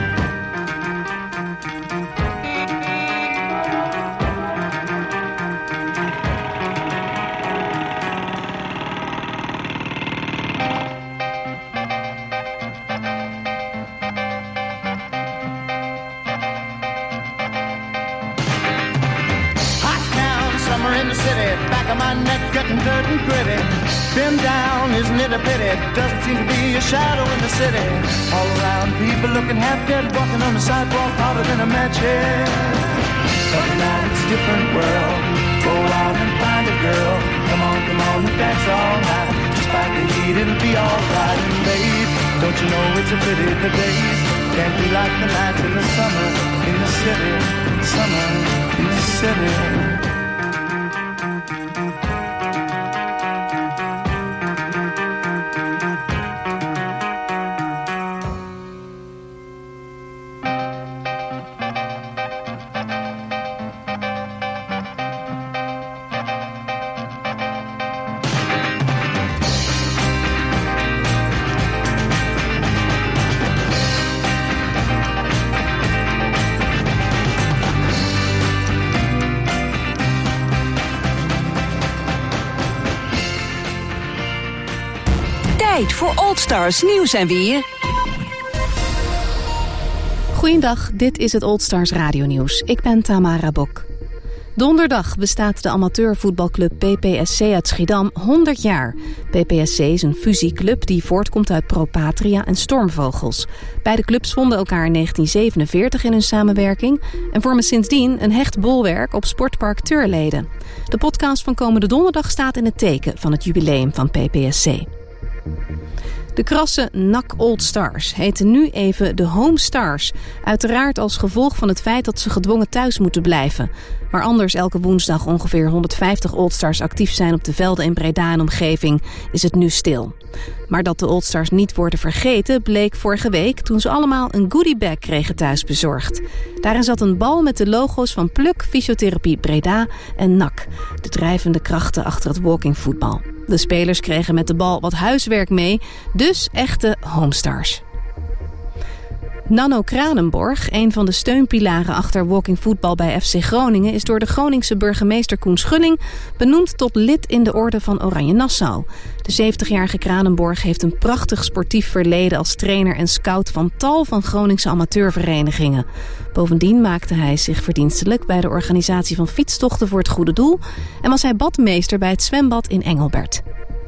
Bend down, isn't it a pity? Doesn't seem to be a shadow in the city. All around, people looking half dead, walking on the sidewalk harder than a match here. But tonight it's a different world. Go out and find a girl. Come on and dance all night. Despite the heat, it'll be alright. And babe, don't you know it's a pity the days can't be like the nights in the summer, in the city, summer, in the city. Tijd voor Old Stars nieuws en weer. Goeiedag, dit is het Old Stars radionieuws. Ik ben Tamara Bok. Donderdag bestaat de amateurvoetbalclub PPSC uit Schiedam 100 jaar. PPSC is een fusieclub die voortkomt uit Pro Patria en Stormvogels. Beide clubs vonden elkaar in 1947 in hun samenwerking en vormen sindsdien een hecht bolwerk op sportpark Turleden. De podcast van komende donderdag staat in het teken van het jubileum van PPSC. De krasse NAC Old Stars heten nu even de Home Stars. Uiteraard als gevolg van het feit dat ze gedwongen thuis moeten blijven. Waar anders elke woensdag ongeveer 150 Old Stars actief zijn op de velden in Breda en omgeving, is het nu stil. Maar dat de Old Stars niet worden vergeten bleek vorige week toen ze allemaal een goodiebag kregen thuis bezorgd. Daarin zat een bal met de logo's van Pluk, Fysiotherapie Breda en NAC, de drijvende krachten achter het walkingvoetbal. De spelers kregen met de bal wat huiswerk mee, dus echte homestars. Nanno Kranenborg, een van de steunpilaren achter walkingvoetbal bij FC Groningen, is door de Groningse burgemeester Koen Schulling benoemd tot lid in de Orde van Oranje Nassau. De 70-jarige Kranenborg heeft een prachtig sportief verleden als trainer en scout van tal van Groningse amateurverenigingen. Bovendien maakte hij zich verdienstelijk bij de organisatie van fietstochten voor het goede doel en was hij badmeester bij het zwembad in Engelbert.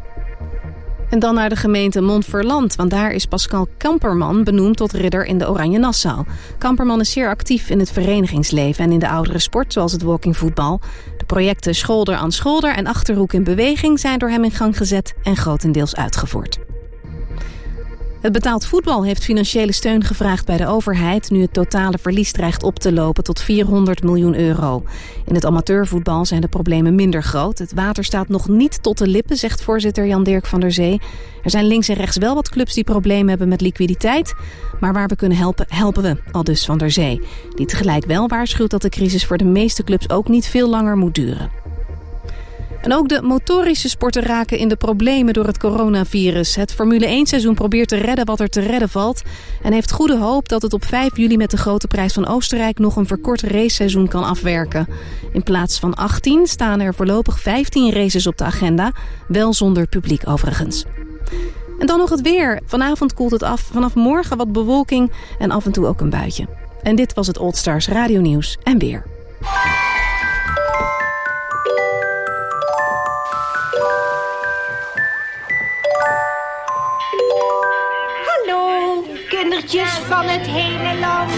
En dan naar de gemeente Montferland, want daar is Pascal Kamperman benoemd tot ridder in de Oranje Nassau. Kamperman is zeer actief in het verenigingsleven en in de oudere sport, zoals het walkingvoetbal. De projecten Scholder aan Scholder en Achterhoek in Beweging zijn door hem in gang gezet en grotendeels uitgevoerd. Het betaald voetbal heeft financiële steun gevraagd bij de overheid, nu het totale verlies dreigt op te lopen tot 400 miljoen euro. In het amateurvoetbal zijn de problemen minder groot. Het water staat nog niet tot de lippen, zegt voorzitter Jan-Dirk van der Zee. Er zijn links en rechts wel wat clubs die problemen hebben met liquiditeit, maar waar we kunnen helpen, helpen we, aldus Van der Zee. Die tegelijk wel waarschuwt dat de crisis voor de meeste clubs ook niet veel langer moet duren. En ook de motorische sporten raken in de problemen door het coronavirus. Het Formule 1-seizoen probeert te redden wat er te redden valt en heeft goede hoop dat het op 5 juli met de Grote Prijs van Oostenrijk nog een verkort raceseizoen kan afwerken. In plaats van 18 staan er voorlopig 15 races op de agenda, wel zonder publiek overigens. En dan nog het weer. Vanavond koelt het af, vanaf morgen wat bewolking en af en toe ook een buitje. En dit was het Old Stars radionieuws en weer. Hallo, kindertjes van het hele land.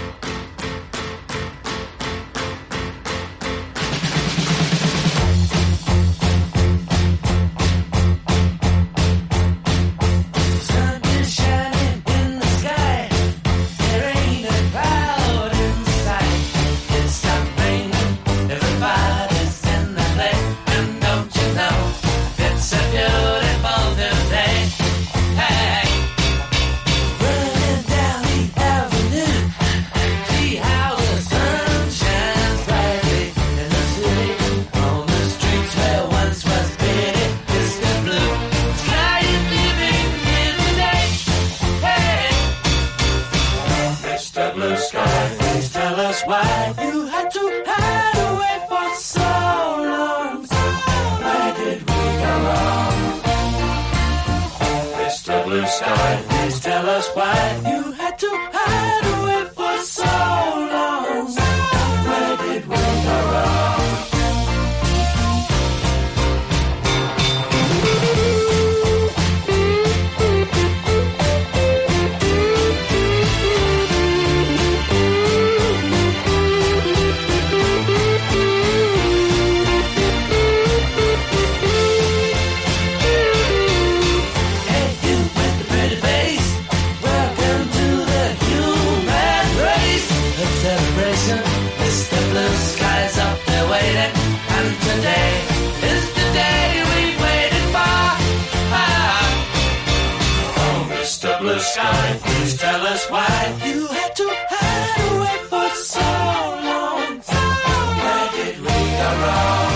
Sky, please tell us why you had to hide away for so long. Where did we go wrong?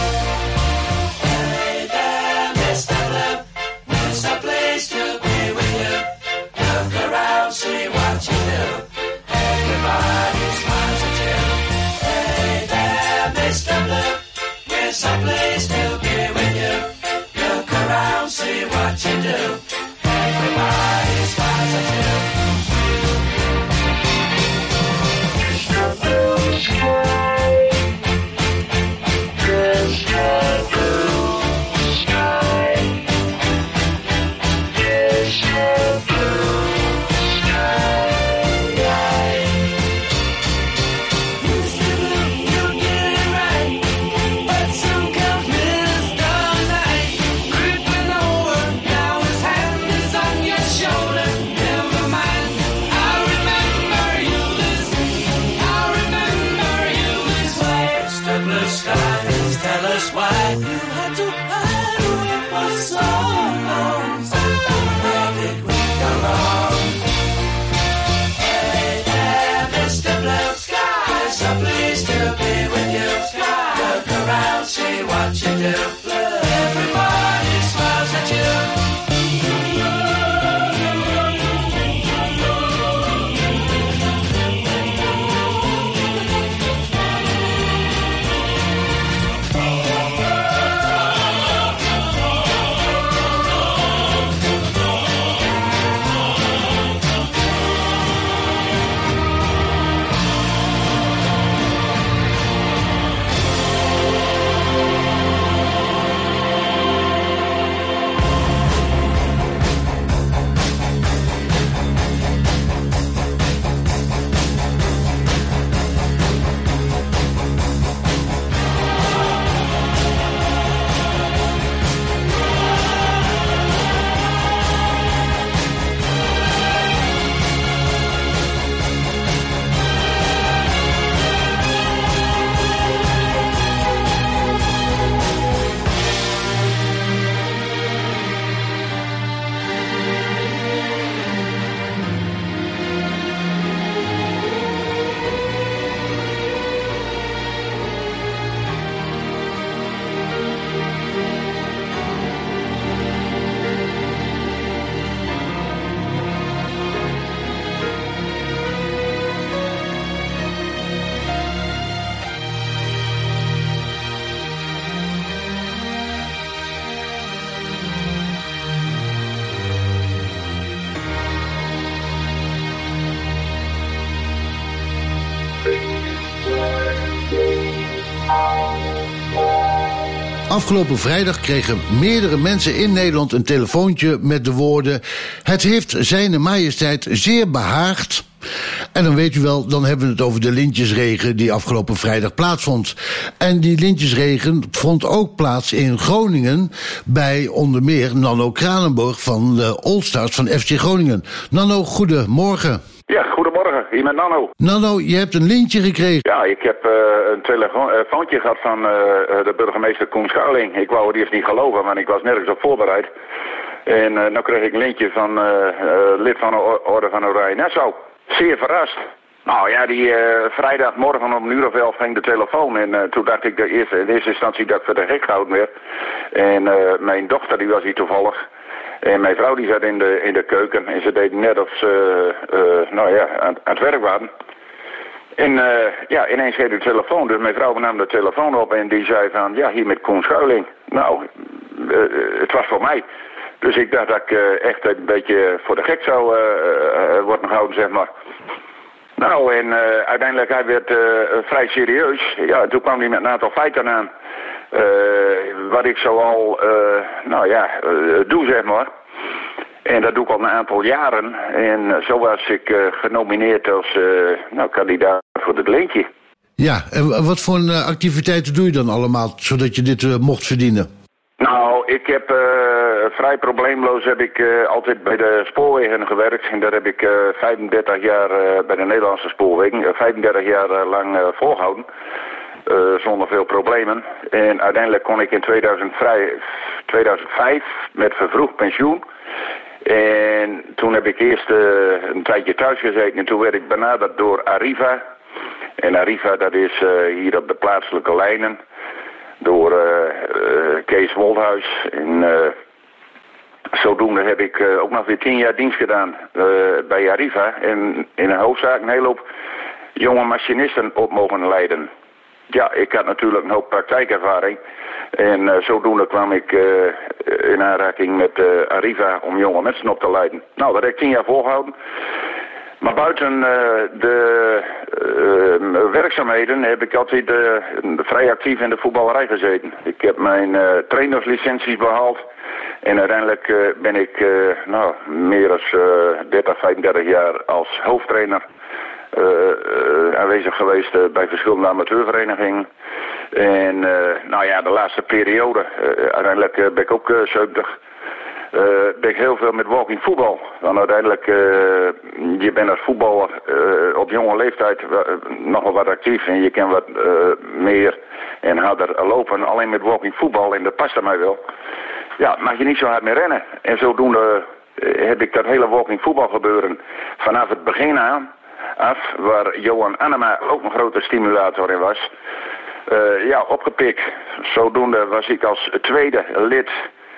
Hey there, Mr. Blue, there's a place to be with you. Look around, see what you do. Everybody smiles at you. Hey there, Mr. Blue, there's a place to be with you. Look around, see what you do. Afgelopen vrijdag kregen meerdere mensen in Nederland een telefoontje met de woorden: het heeft Zijne Majesteit zeer behaagd. En dan weet u wel, dan hebben we het over de lintjesregen die afgelopen vrijdag plaatsvond. En die lintjesregen vond ook plaats in Groningen bij onder meer Nanno Kranenburg van de All-Stars van FC Groningen. Nanno, goedemorgen. Ja, goedemorgen. Hier met Nanno. Nanno, je hebt een lintje gekregen. Ja, ik heb een telefoontje gehad van de burgemeester Koen Schuiling. Ik wou het eerst niet geloven, maar ik was nergens op voorbereid. En nou kreeg ik een lintje van lid van de Orde van Oranje Nassau. Zeer verrast. Nou ja, die vrijdagmorgen om 11:00 ging de telefoon. En toen dacht ik in eerste instantie dat ik voor de gek gehouden werd. En mijn dochter die was hier toevallig. En mijn vrouw die zat in de keuken. En ze deed net of ze aan het werk waren. En ineens ging de telefoon. Dus mijn vrouw nam de telefoon op en die zei van, ja, hier met Koen Schuiling. Nou, het was voor mij. Dus ik dacht dat ik echt een beetje voor de gek zou worden gehouden, zeg maar. Nou, en uiteindelijk hij werd vrij serieus. Ja, toen kwam hij met een aantal feiten aan. Wat ik zoal, doe, zeg maar. En dat doe ik al een aantal jaren. En zo was ik genomineerd als kandidaat voor het lintje. Ja, en wat voor activiteiten doe je dan allemaal, zodat je dit mocht verdienen? Nou, ik heb vrij probleemloos heb ik altijd bij de spoorwegen gewerkt. En daar heb ik 35 jaar bij de Nederlandse spoorwegen, 35 jaar lang volgehouden. Zonder veel problemen. En uiteindelijk kon ik in 2005 met vervroegd pensioen. En toen heb ik eerst een tijdje thuis gezeten en toen werd ik benaderd door Arriva. En Arriva, dat is hier op de plaatselijke lijnen. Door Kees Woldhuis. En zodoende heb ik ook nog weer 10 jaar dienst gedaan bij Arriva. En in een hoofdzaak een hele hoop jonge machinisten op mogen leiden. ja, ik had natuurlijk een hoop praktijkervaring. En zodoende kwam ik in aanraking met Arriva om jonge mensen op te leiden. Nou, dat heb ik 10 jaar volgehouden. Maar buiten de werkzaamheden heb ik altijd vrij actief in de voetballerij gezeten. Ik heb mijn trainerslicenties behaald. En uiteindelijk ben ik meer dan 30, 35 jaar als hoofdtrainer aanwezig geweest bij verschillende amateurverenigingen. En de laatste periode, uiteindelijk ben ik ook 70, ben ik heel veel met walking voetbal. Want uiteindelijk, je bent als voetballer op jonge leeftijd nogal wat actief en je kan wat meer en harder lopen. Alleen met walking voetbal, en dat past mij wel, ja, mag je niet zo hard meer rennen. En zodoende heb ik dat hele walking voetbal gebeuren vanaf het begin af, waar Johan Annema ook een grote stimulator in was, opgepikt. Zodoende was ik als tweede lid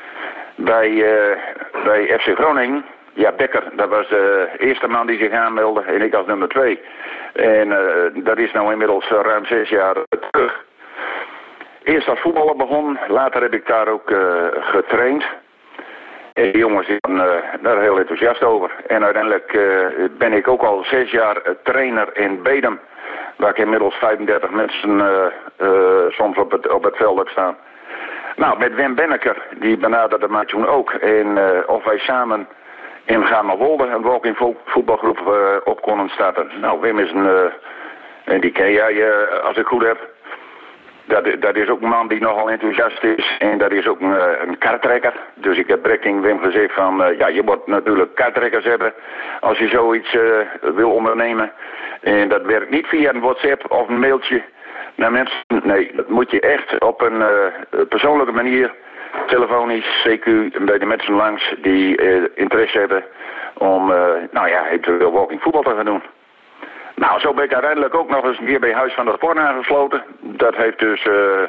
bij FC Groningen. Ja, Becker, dat was de eerste man die zich aanmeldde en ik als nummer 2. En dat is nou inmiddels ruim 6 jaar terug. Eerst als voetballer begonnen, later heb ik daar ook getraind. En de jongens zijn daar heel enthousiast over. En uiteindelijk ben ik ook al 6 jaar trainer in Bedum, waar ik inmiddels 35 mensen soms op het veld heb staan. Nou, met Wim Benneker, die benaderde mij toen ook. En of wij samen in Gamerwolde een walking voetbalgroep op konden starten. Nou, Wim is en die ken jij als ik goed heb. Dat is ook een man die nogal enthousiast is. En dat is ook een karttrekker. Dus ik heb richting Wim gezegd van, je moet natuurlijk karttrekkers hebben als je zoiets wil ondernemen. En dat werkt niet via een WhatsApp of een mailtje naar mensen. Nee, dat moet je echt op een persoonlijke manier, telefonisch, CQ, bij de mensen langs die interesse hebben om, eventueel walking voetbal te gaan doen. Nou, zo ben ik uiteindelijk ook nog eens een keer bij Huis van de Sport aangesloten. Dat heeft dus,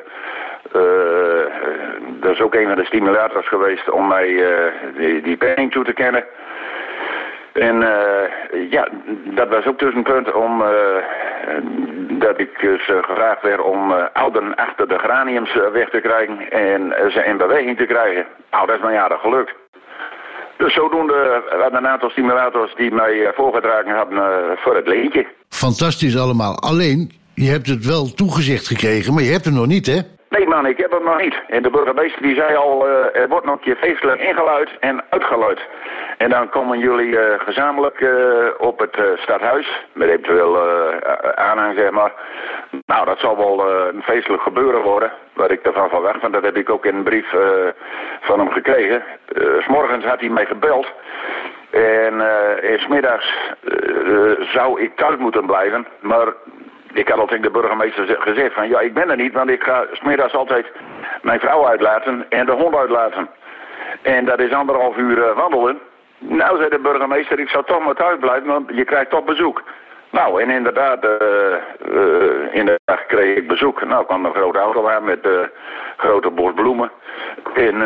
dat is ook een van de stimulators geweest om mij die penning toe te kennen. En dat was ook dus een punt om, dat ik dus gevraagd werd om ouderen achter de geraniums weg te krijgen en ze in beweging te krijgen. Nou, dat is me jaren gelukt. Dus zodoende hadden een aantal stimulators die mij voorgedragen hadden voor het leentje. Fantastisch allemaal. Alleen, je hebt het wel toegezegd gekregen, maar je hebt het nog niet, hè? Nee man, ik heb het nog niet. En de burgemeester die zei al, er wordt nog een keer feestelijk ingeluid en uitgeluid. En dan komen jullie gezamenlijk op het stadhuis, met eventueel aanhang zeg maar. Nou, dat zal wel een feestelijk gebeuren worden, wat ik ervan verwacht. Want dat heb ik ook in een brief van hem gekregen. 's Morgens had hij mij gebeld. En 's middags zou ik thuis moeten blijven, maar ik had al tegen de burgemeester gezegd van, ja, ik ben er niet, want ik ga 's middags altijd mijn vrouw uitlaten en de hond uitlaten. En dat is 1,5 uur wandelen. Nou, zei de burgemeester, ik zou toch maar thuis blijven, want je krijgt toch bezoek. Nou, en inderdaad, in de dag kreeg ik bezoek. Nou, kwam een grote auto aan met grote bos bloemen en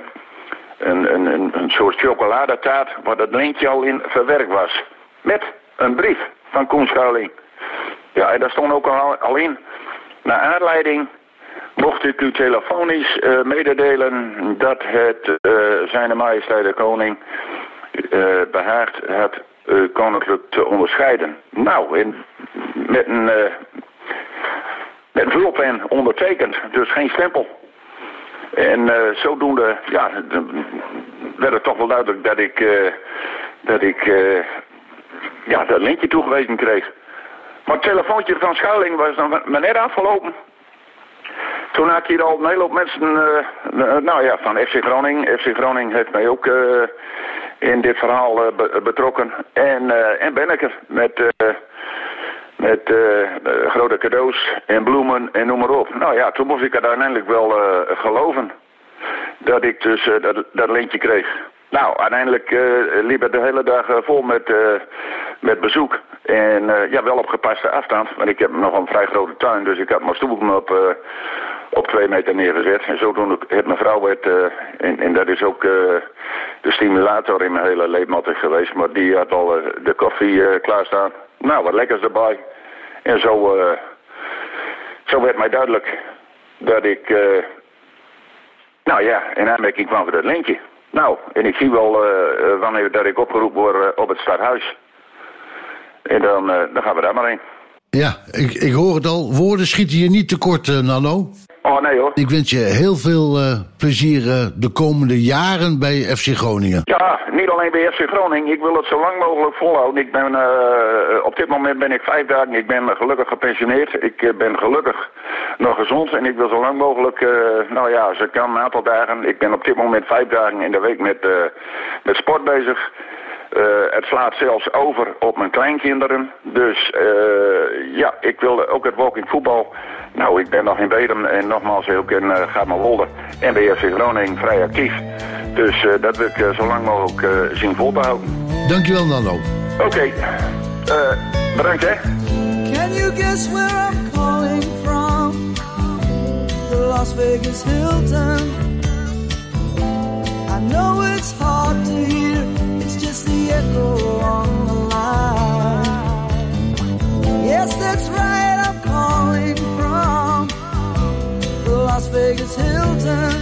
een soort chocoladetaart, waar dat lintje al in verwerkt was. Met een brief van Koen Schuiling. Ja, en daar stond ook al in. Naar aanleiding mocht ik u telefonisch mededelen dat het Zijne Majesteit de Koning behaagt het koninklijk te onderscheiden. Nou, met een vulpen ondertekend, dus geen stempel. En zodoende, ja, werd het toch wel duidelijk dat ik dat lintje toegewezen kreeg. Maar het telefoontje van Schuiling was dan maar net afgelopen. Toen had ik hier al een hele hoop mensen, van FC Groningen. FC Groningen heeft mij ook in dit verhaal betrokken. En Benneker met grote cadeaus en bloemen en noem maar op. Nou ja, toen moest ik het uiteindelijk wel geloven dat ik dus dat lintje kreeg. Nou, uiteindelijk liep het de hele dag vol met bezoek. En wel op gepaste afstand, want ik heb nog een vrij grote tuin, dus ik had mijn stoelen op 2 meter neergezet. En zodoende heeft mijn vrouw en dat is ook de stimulator in mijn hele leefmatig geweest, maar die had al de koffie klaarstaan. Nou, wat lekkers erbij. En zo zo werd mij duidelijk dat ik in aanmerking kwam voor dat lintje. Nou, en ik zie wel wanneer dat ik opgeroepen word op het stadhuis. En dan gaan we daar maar heen. Ja, ik hoor het al. Woorden schieten je niet tekort, Nanno. Oh, nee hoor. Ik wens je heel veel plezier de komende jaren bij FC Groningen. Ja, niet alleen bij FC Groningen. Ik wil het zo lang mogelijk volhouden. Ik ben, op dit moment ben ik 5 dagen. Ik ben gelukkig gepensioneerd. Ik ben gelukkig nog gezond. En ik wil zo lang mogelijk, als ik kan, een aantal dagen. Ik ben op dit moment 5 dagen in de week met sport bezig. Het slaat zelfs over op mijn kleinkinderen. Dus ik wil ook het walking voetbal. Nou, ik ben nog in Bedum en nogmaals ook in Gaarmawolde en bij FC Groningen vrij actief. Dus dat wil ik zo lang mogelijk zien vol te houden. Dankjewel, Nanno. Oké, bedankt hè. Can you guess where I'm calling from? The Las Vegas Hilton. I know it's hard to hear. It's just the echo on the line. Yes, that's right, I'm calling from the Las Vegas Hilton.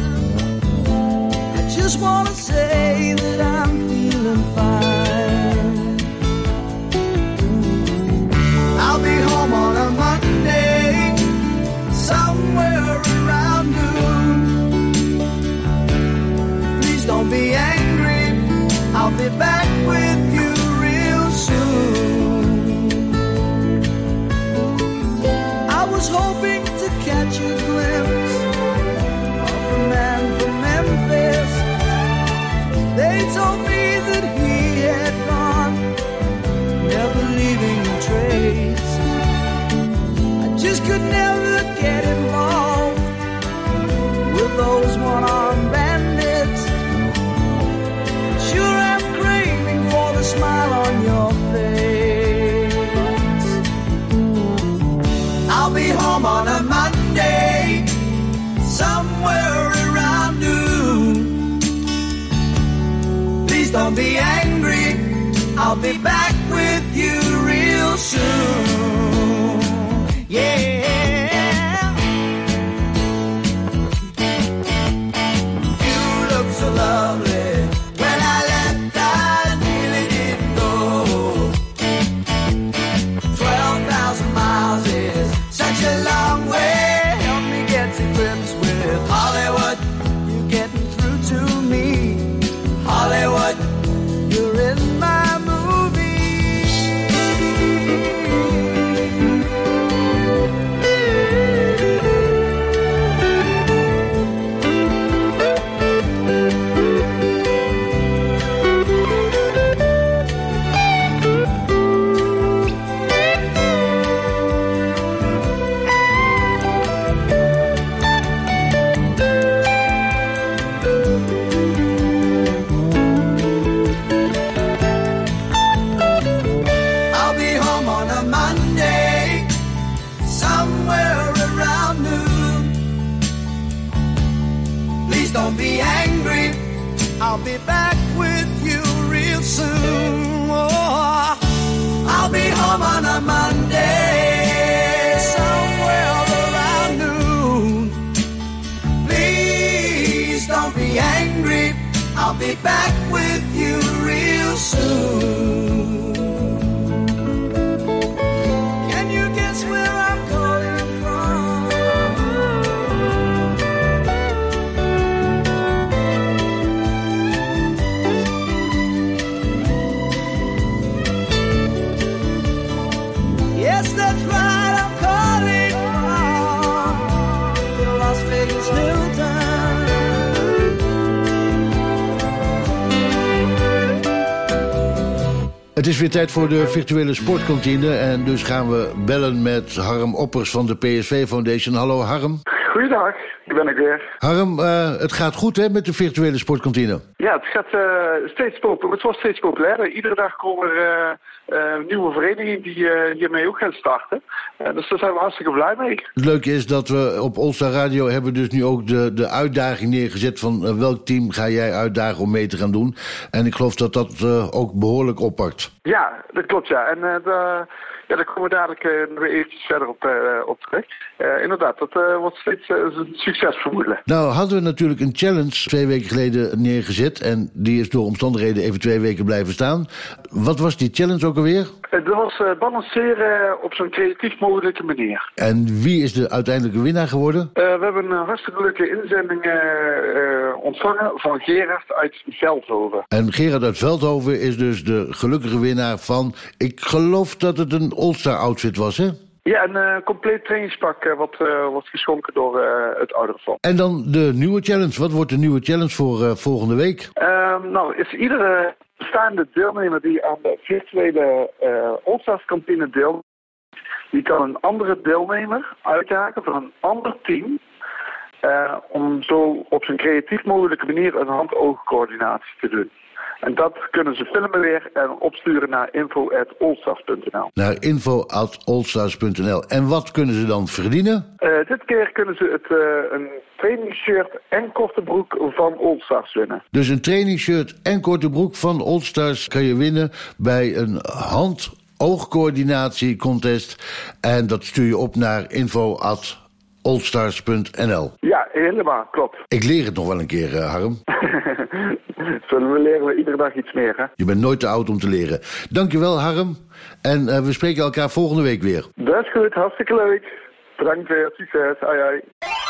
I just wanna say that I'm feeling fine. I'll be home on a Monday, somewhere around noon. Please don't be angry, I'll be back with you real soon. I was hoping to catch a glimpse of a man from Memphis. They told me that he had gone, never leaving a trace. I just could never get involved with those one-armed bandits. Sure, I'm craving for the smile on your face. I'll be home on a Monday, somewhere around noon. Please don't be angry, I'll be back with you real soon. Yeah. You look so lovely. When I left, I really didn't know. 12,000 miles is such a long way. Help me get to grips with Hollywood. You're getting through to me. Hollywood, you're in my movie. I'll be home on a Monday, somewhere around noon. Please don't be angry, I'll be back with you real soon. Oh, I'll be home on a Monday, somewhere around noon. Please don't be angry, I'll be back with you real soon. Can you guess where I'm calling from? Yes, that's right, I'm calling from the Las Vegas Hilton. Het is weer tijd voor de virtuele sportkantine en dus gaan we bellen met Harm Oppers van de PSV Foundation. Hallo Harm. Goeiedag, hier ben ik weer. Harm, het gaat goed hè met de virtuele sportkantine? Ja, het gaat het wordt steeds populairder. Iedere dag komen er nieuwe verenigingen die hiermee ook gaan starten. Dus daar zijn we hartstikke blij mee. Het leuke is dat we op All-Star Radio hebben dus nu ook de uitdaging neergezet van welk team ga jij uitdagen om mee te gaan doen. En ik geloof dat dat ook behoorlijk oppakt. Ja, dat klopt, ja. En daar komen we dadelijk nog weer eventjes verder op terug. Inderdaad, dat wordt steeds een succes vermoedelijk. Nou, hadden we natuurlijk een challenge 2 weken geleden neergezet. En die is door omstandigheden even 2 weken blijven staan. Wat was die challenge ook alweer? Dat was balanceren op zo'n creatief mogelijke manier. En wie is de uiteindelijke winnaar geworden? We hebben een hartstikke leuke inzending ontvangen van Gerard uit Veldhoven. En Gerard uit Veldhoven is dus de gelukkige winnaar van... Ik geloof dat het een All-Star outfit was, hè? Ja, een compleet trainingspak wat wordt geschonken door het Ouderenfonds. En dan de nieuwe challenge. Wat wordt de nieuwe challenge voor volgende week? Nou, is iedere bestaande deelnemer die aan de virtuele All-Stars kantine deelneemt, die kan een andere deelnemer uitdagen van een ander team... om zo op zo'n creatief mogelijke manier een hand-oogcoördinatie te doen. En dat kunnen ze filmen weer en opsturen naar info@allstars.nl. Naar info@allstars.nl. En wat kunnen ze dan verdienen? Dit keer kunnen ze een trainingsshirt en korte broek van Allstars winnen. Dus een trainingsshirt en korte broek van Allstars kan je winnen bij een hand-oogcoördinatie contest. En dat stuur je op naar info@allstars.nl. Ja, helemaal, klopt. Ik leer het nog wel een keer, Harm. We leren iedere dag iets meer, hè? Je bent nooit te oud om te leren. Dankjewel, Harm. En we spreken elkaar volgende week weer. Dat is goed, hartstikke leuk. Bedankt weer, succes. Hoi, hoi.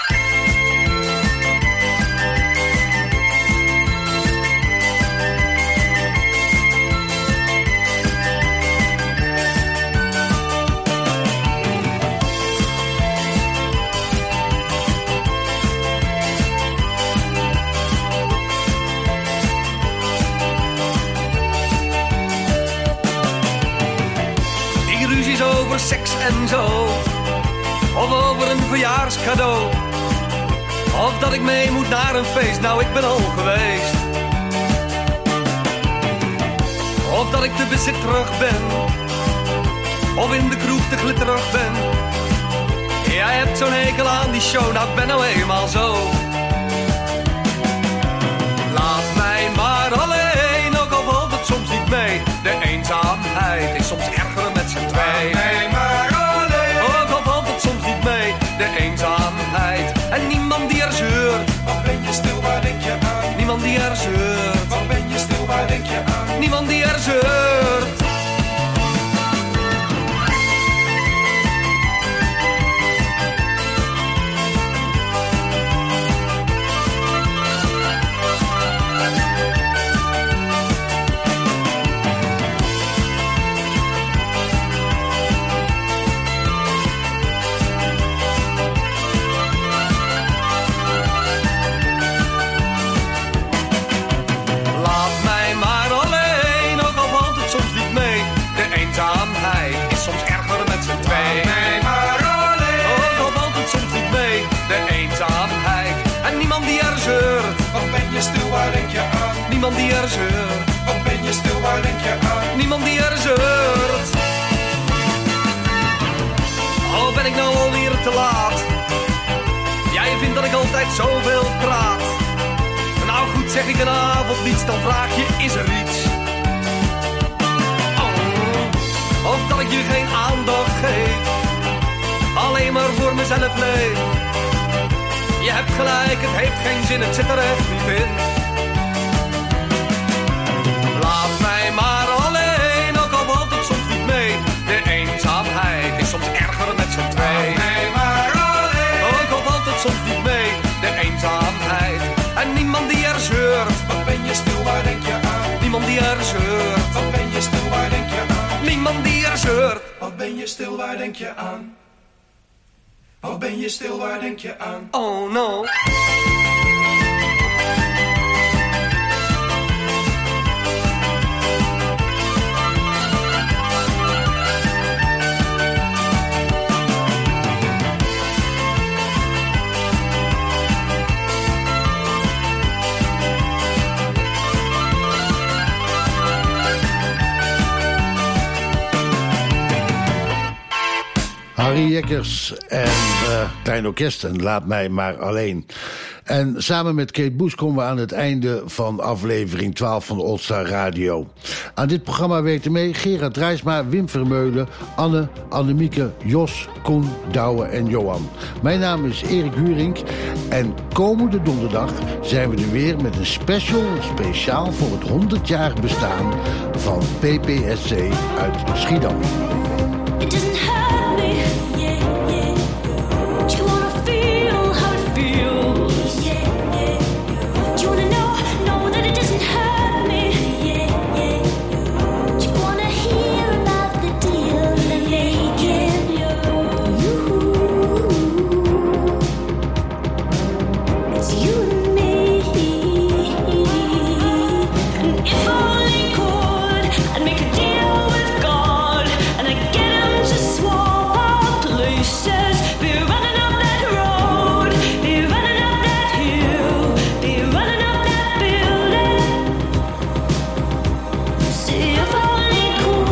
Over seks en zo, of over een verjaarscadeau, of dat ik mee moet naar een feest, nou ik ben al geweest, of dat ik te bezitterig ben, of in de kroeg te glitterig ben. Jij hebt zo'n hekel aan die show, nou ik ben nou eenmaal zo. Laat mij maar alleen, ook al valt het soms niet mee. De eenzaamheid is soms erger met z'n twee. Nee, maar alleen. Ook al valt het soms niet mee, de eenzaamheid. En niemand die er zeurt. Wat ben je stil, waar denk je aan? Niemand die er zeurt. Wat ben je stil, waar denk je aan? Niemand die er zeurt. Niemand die er zeurt. Wat ben je stil, waar denk je aan? Niemand die er zeurt. Oh, ben ik nou alweer te laat? Jij vindt dat ik altijd zoveel praat. Nou goed, zeg ik een avond niets, dan vraag je, is er iets? Oh, of dat ik je geen aandacht geef, alleen maar voor mezelf leef. Je hebt gelijk, het heeft geen zin, het zit er echt niet in. Laat mij maar alleen, ook al valt het soms niet mee. De eenzaamheid is soms erger met z'n twee. Laat mij maar alleen, ook al valt het soms niet mee. De eenzaamheid en niemand die er zeurt. Wat ben je stil, waar denk je aan? Niemand die er zeurt. Wat ben je stil, waar denk je aan? Niemand die er zeurt. Wat ben je stil, waar denk je aan? Wat ben je stil, waar denk je aan? Oh no. Harry Jekkers en Klein Orkest en Laat Mij Maar Alleen. En samen met Kate Bush komen we aan het einde van aflevering 12 van de All-Star Radio. Aan dit programma werkten mee Gerard Drijsma, Wim Vermeulen, Anne, Annemieke, Jos, Koen, Douwe en Johan. Mijn naam is Erik Huurink en komende donderdag zijn we er weer met een speciaal voor het 100-jarig bestaan van PPSC uit Schiedam. It doesn't hurt me, yeah, yeah. Do you wanna feel how it feels? Yeah, yeah. Do you wanna know that it doesn't hurt me? Yeah, yeah. Do you wanna hear about the deal they're making? It's you and me. And if only could, I'd make a deal with God, and I'd get him to swap our places. Be running up that road, be running up that hill, be running up that building. See if only could.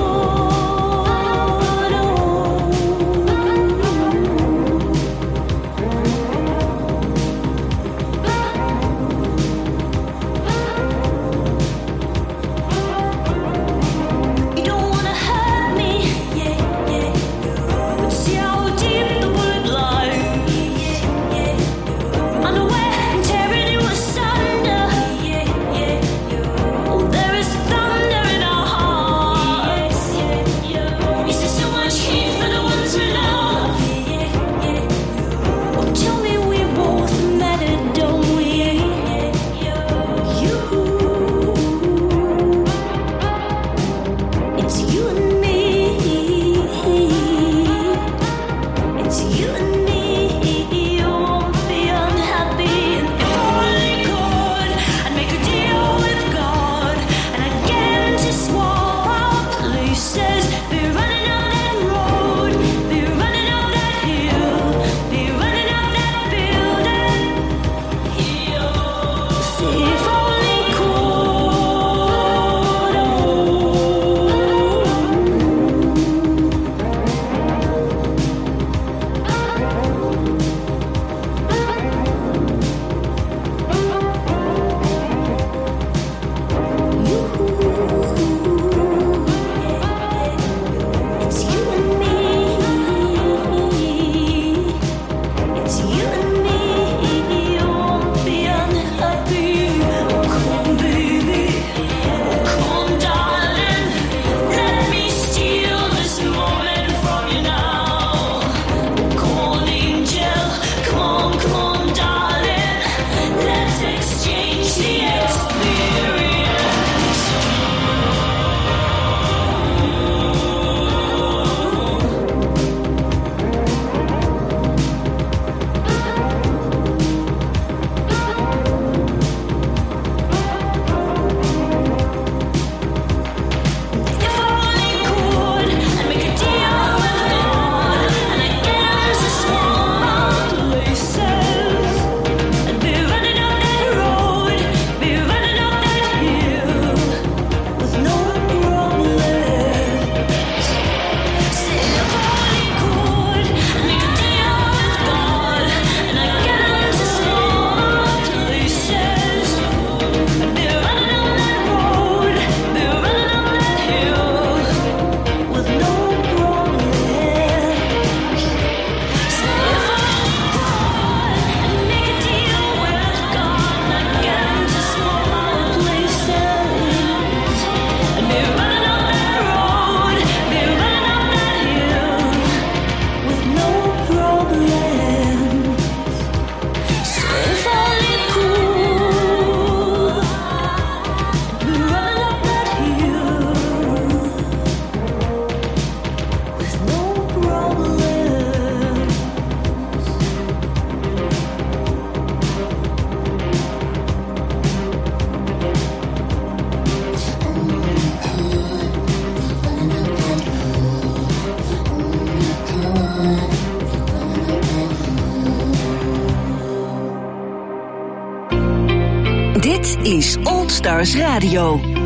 You don't wanna hurt me, yeah, yeah. But see how deep the bullet lies, yeah, yeah. Unaware and tearing you asunder, yeah, yeah. Oh, there is thunder in our hearts, yeah, yeah. Is there so much heat for the ones we love, yeah, yeah. Oh, tell me we both matter, don't we? You. It's you and me. It's you and me. You won't be unhappy. And if only could, I'd make a deal with God, and I'd get him to swap our places. Be running up that road, be running up that hill, be running up that building. See if only It's you and me. It's you and me. You won't be unhappy. Come on, baby. Come on, darling. Let me steal this moment from you now. Come on, angel. Come on, darling. Let's exchange the experience. If only could, I'd make a deal with God, and I'd get him to swap our places. I'd be running up that road, be running up that hill, with no problems. Say if only could, I'd make a deal with God, and I'd get him to swap our places. I'd be running up that road, be running up that hill, with no problems. Say if only could, I'd make a deal with God, and I'd get him to swap our places. I'd be running up that road, be running up that hill, with no problems. Say if only could, be running up that hill, with no problems. Dit is Old Stars Radio.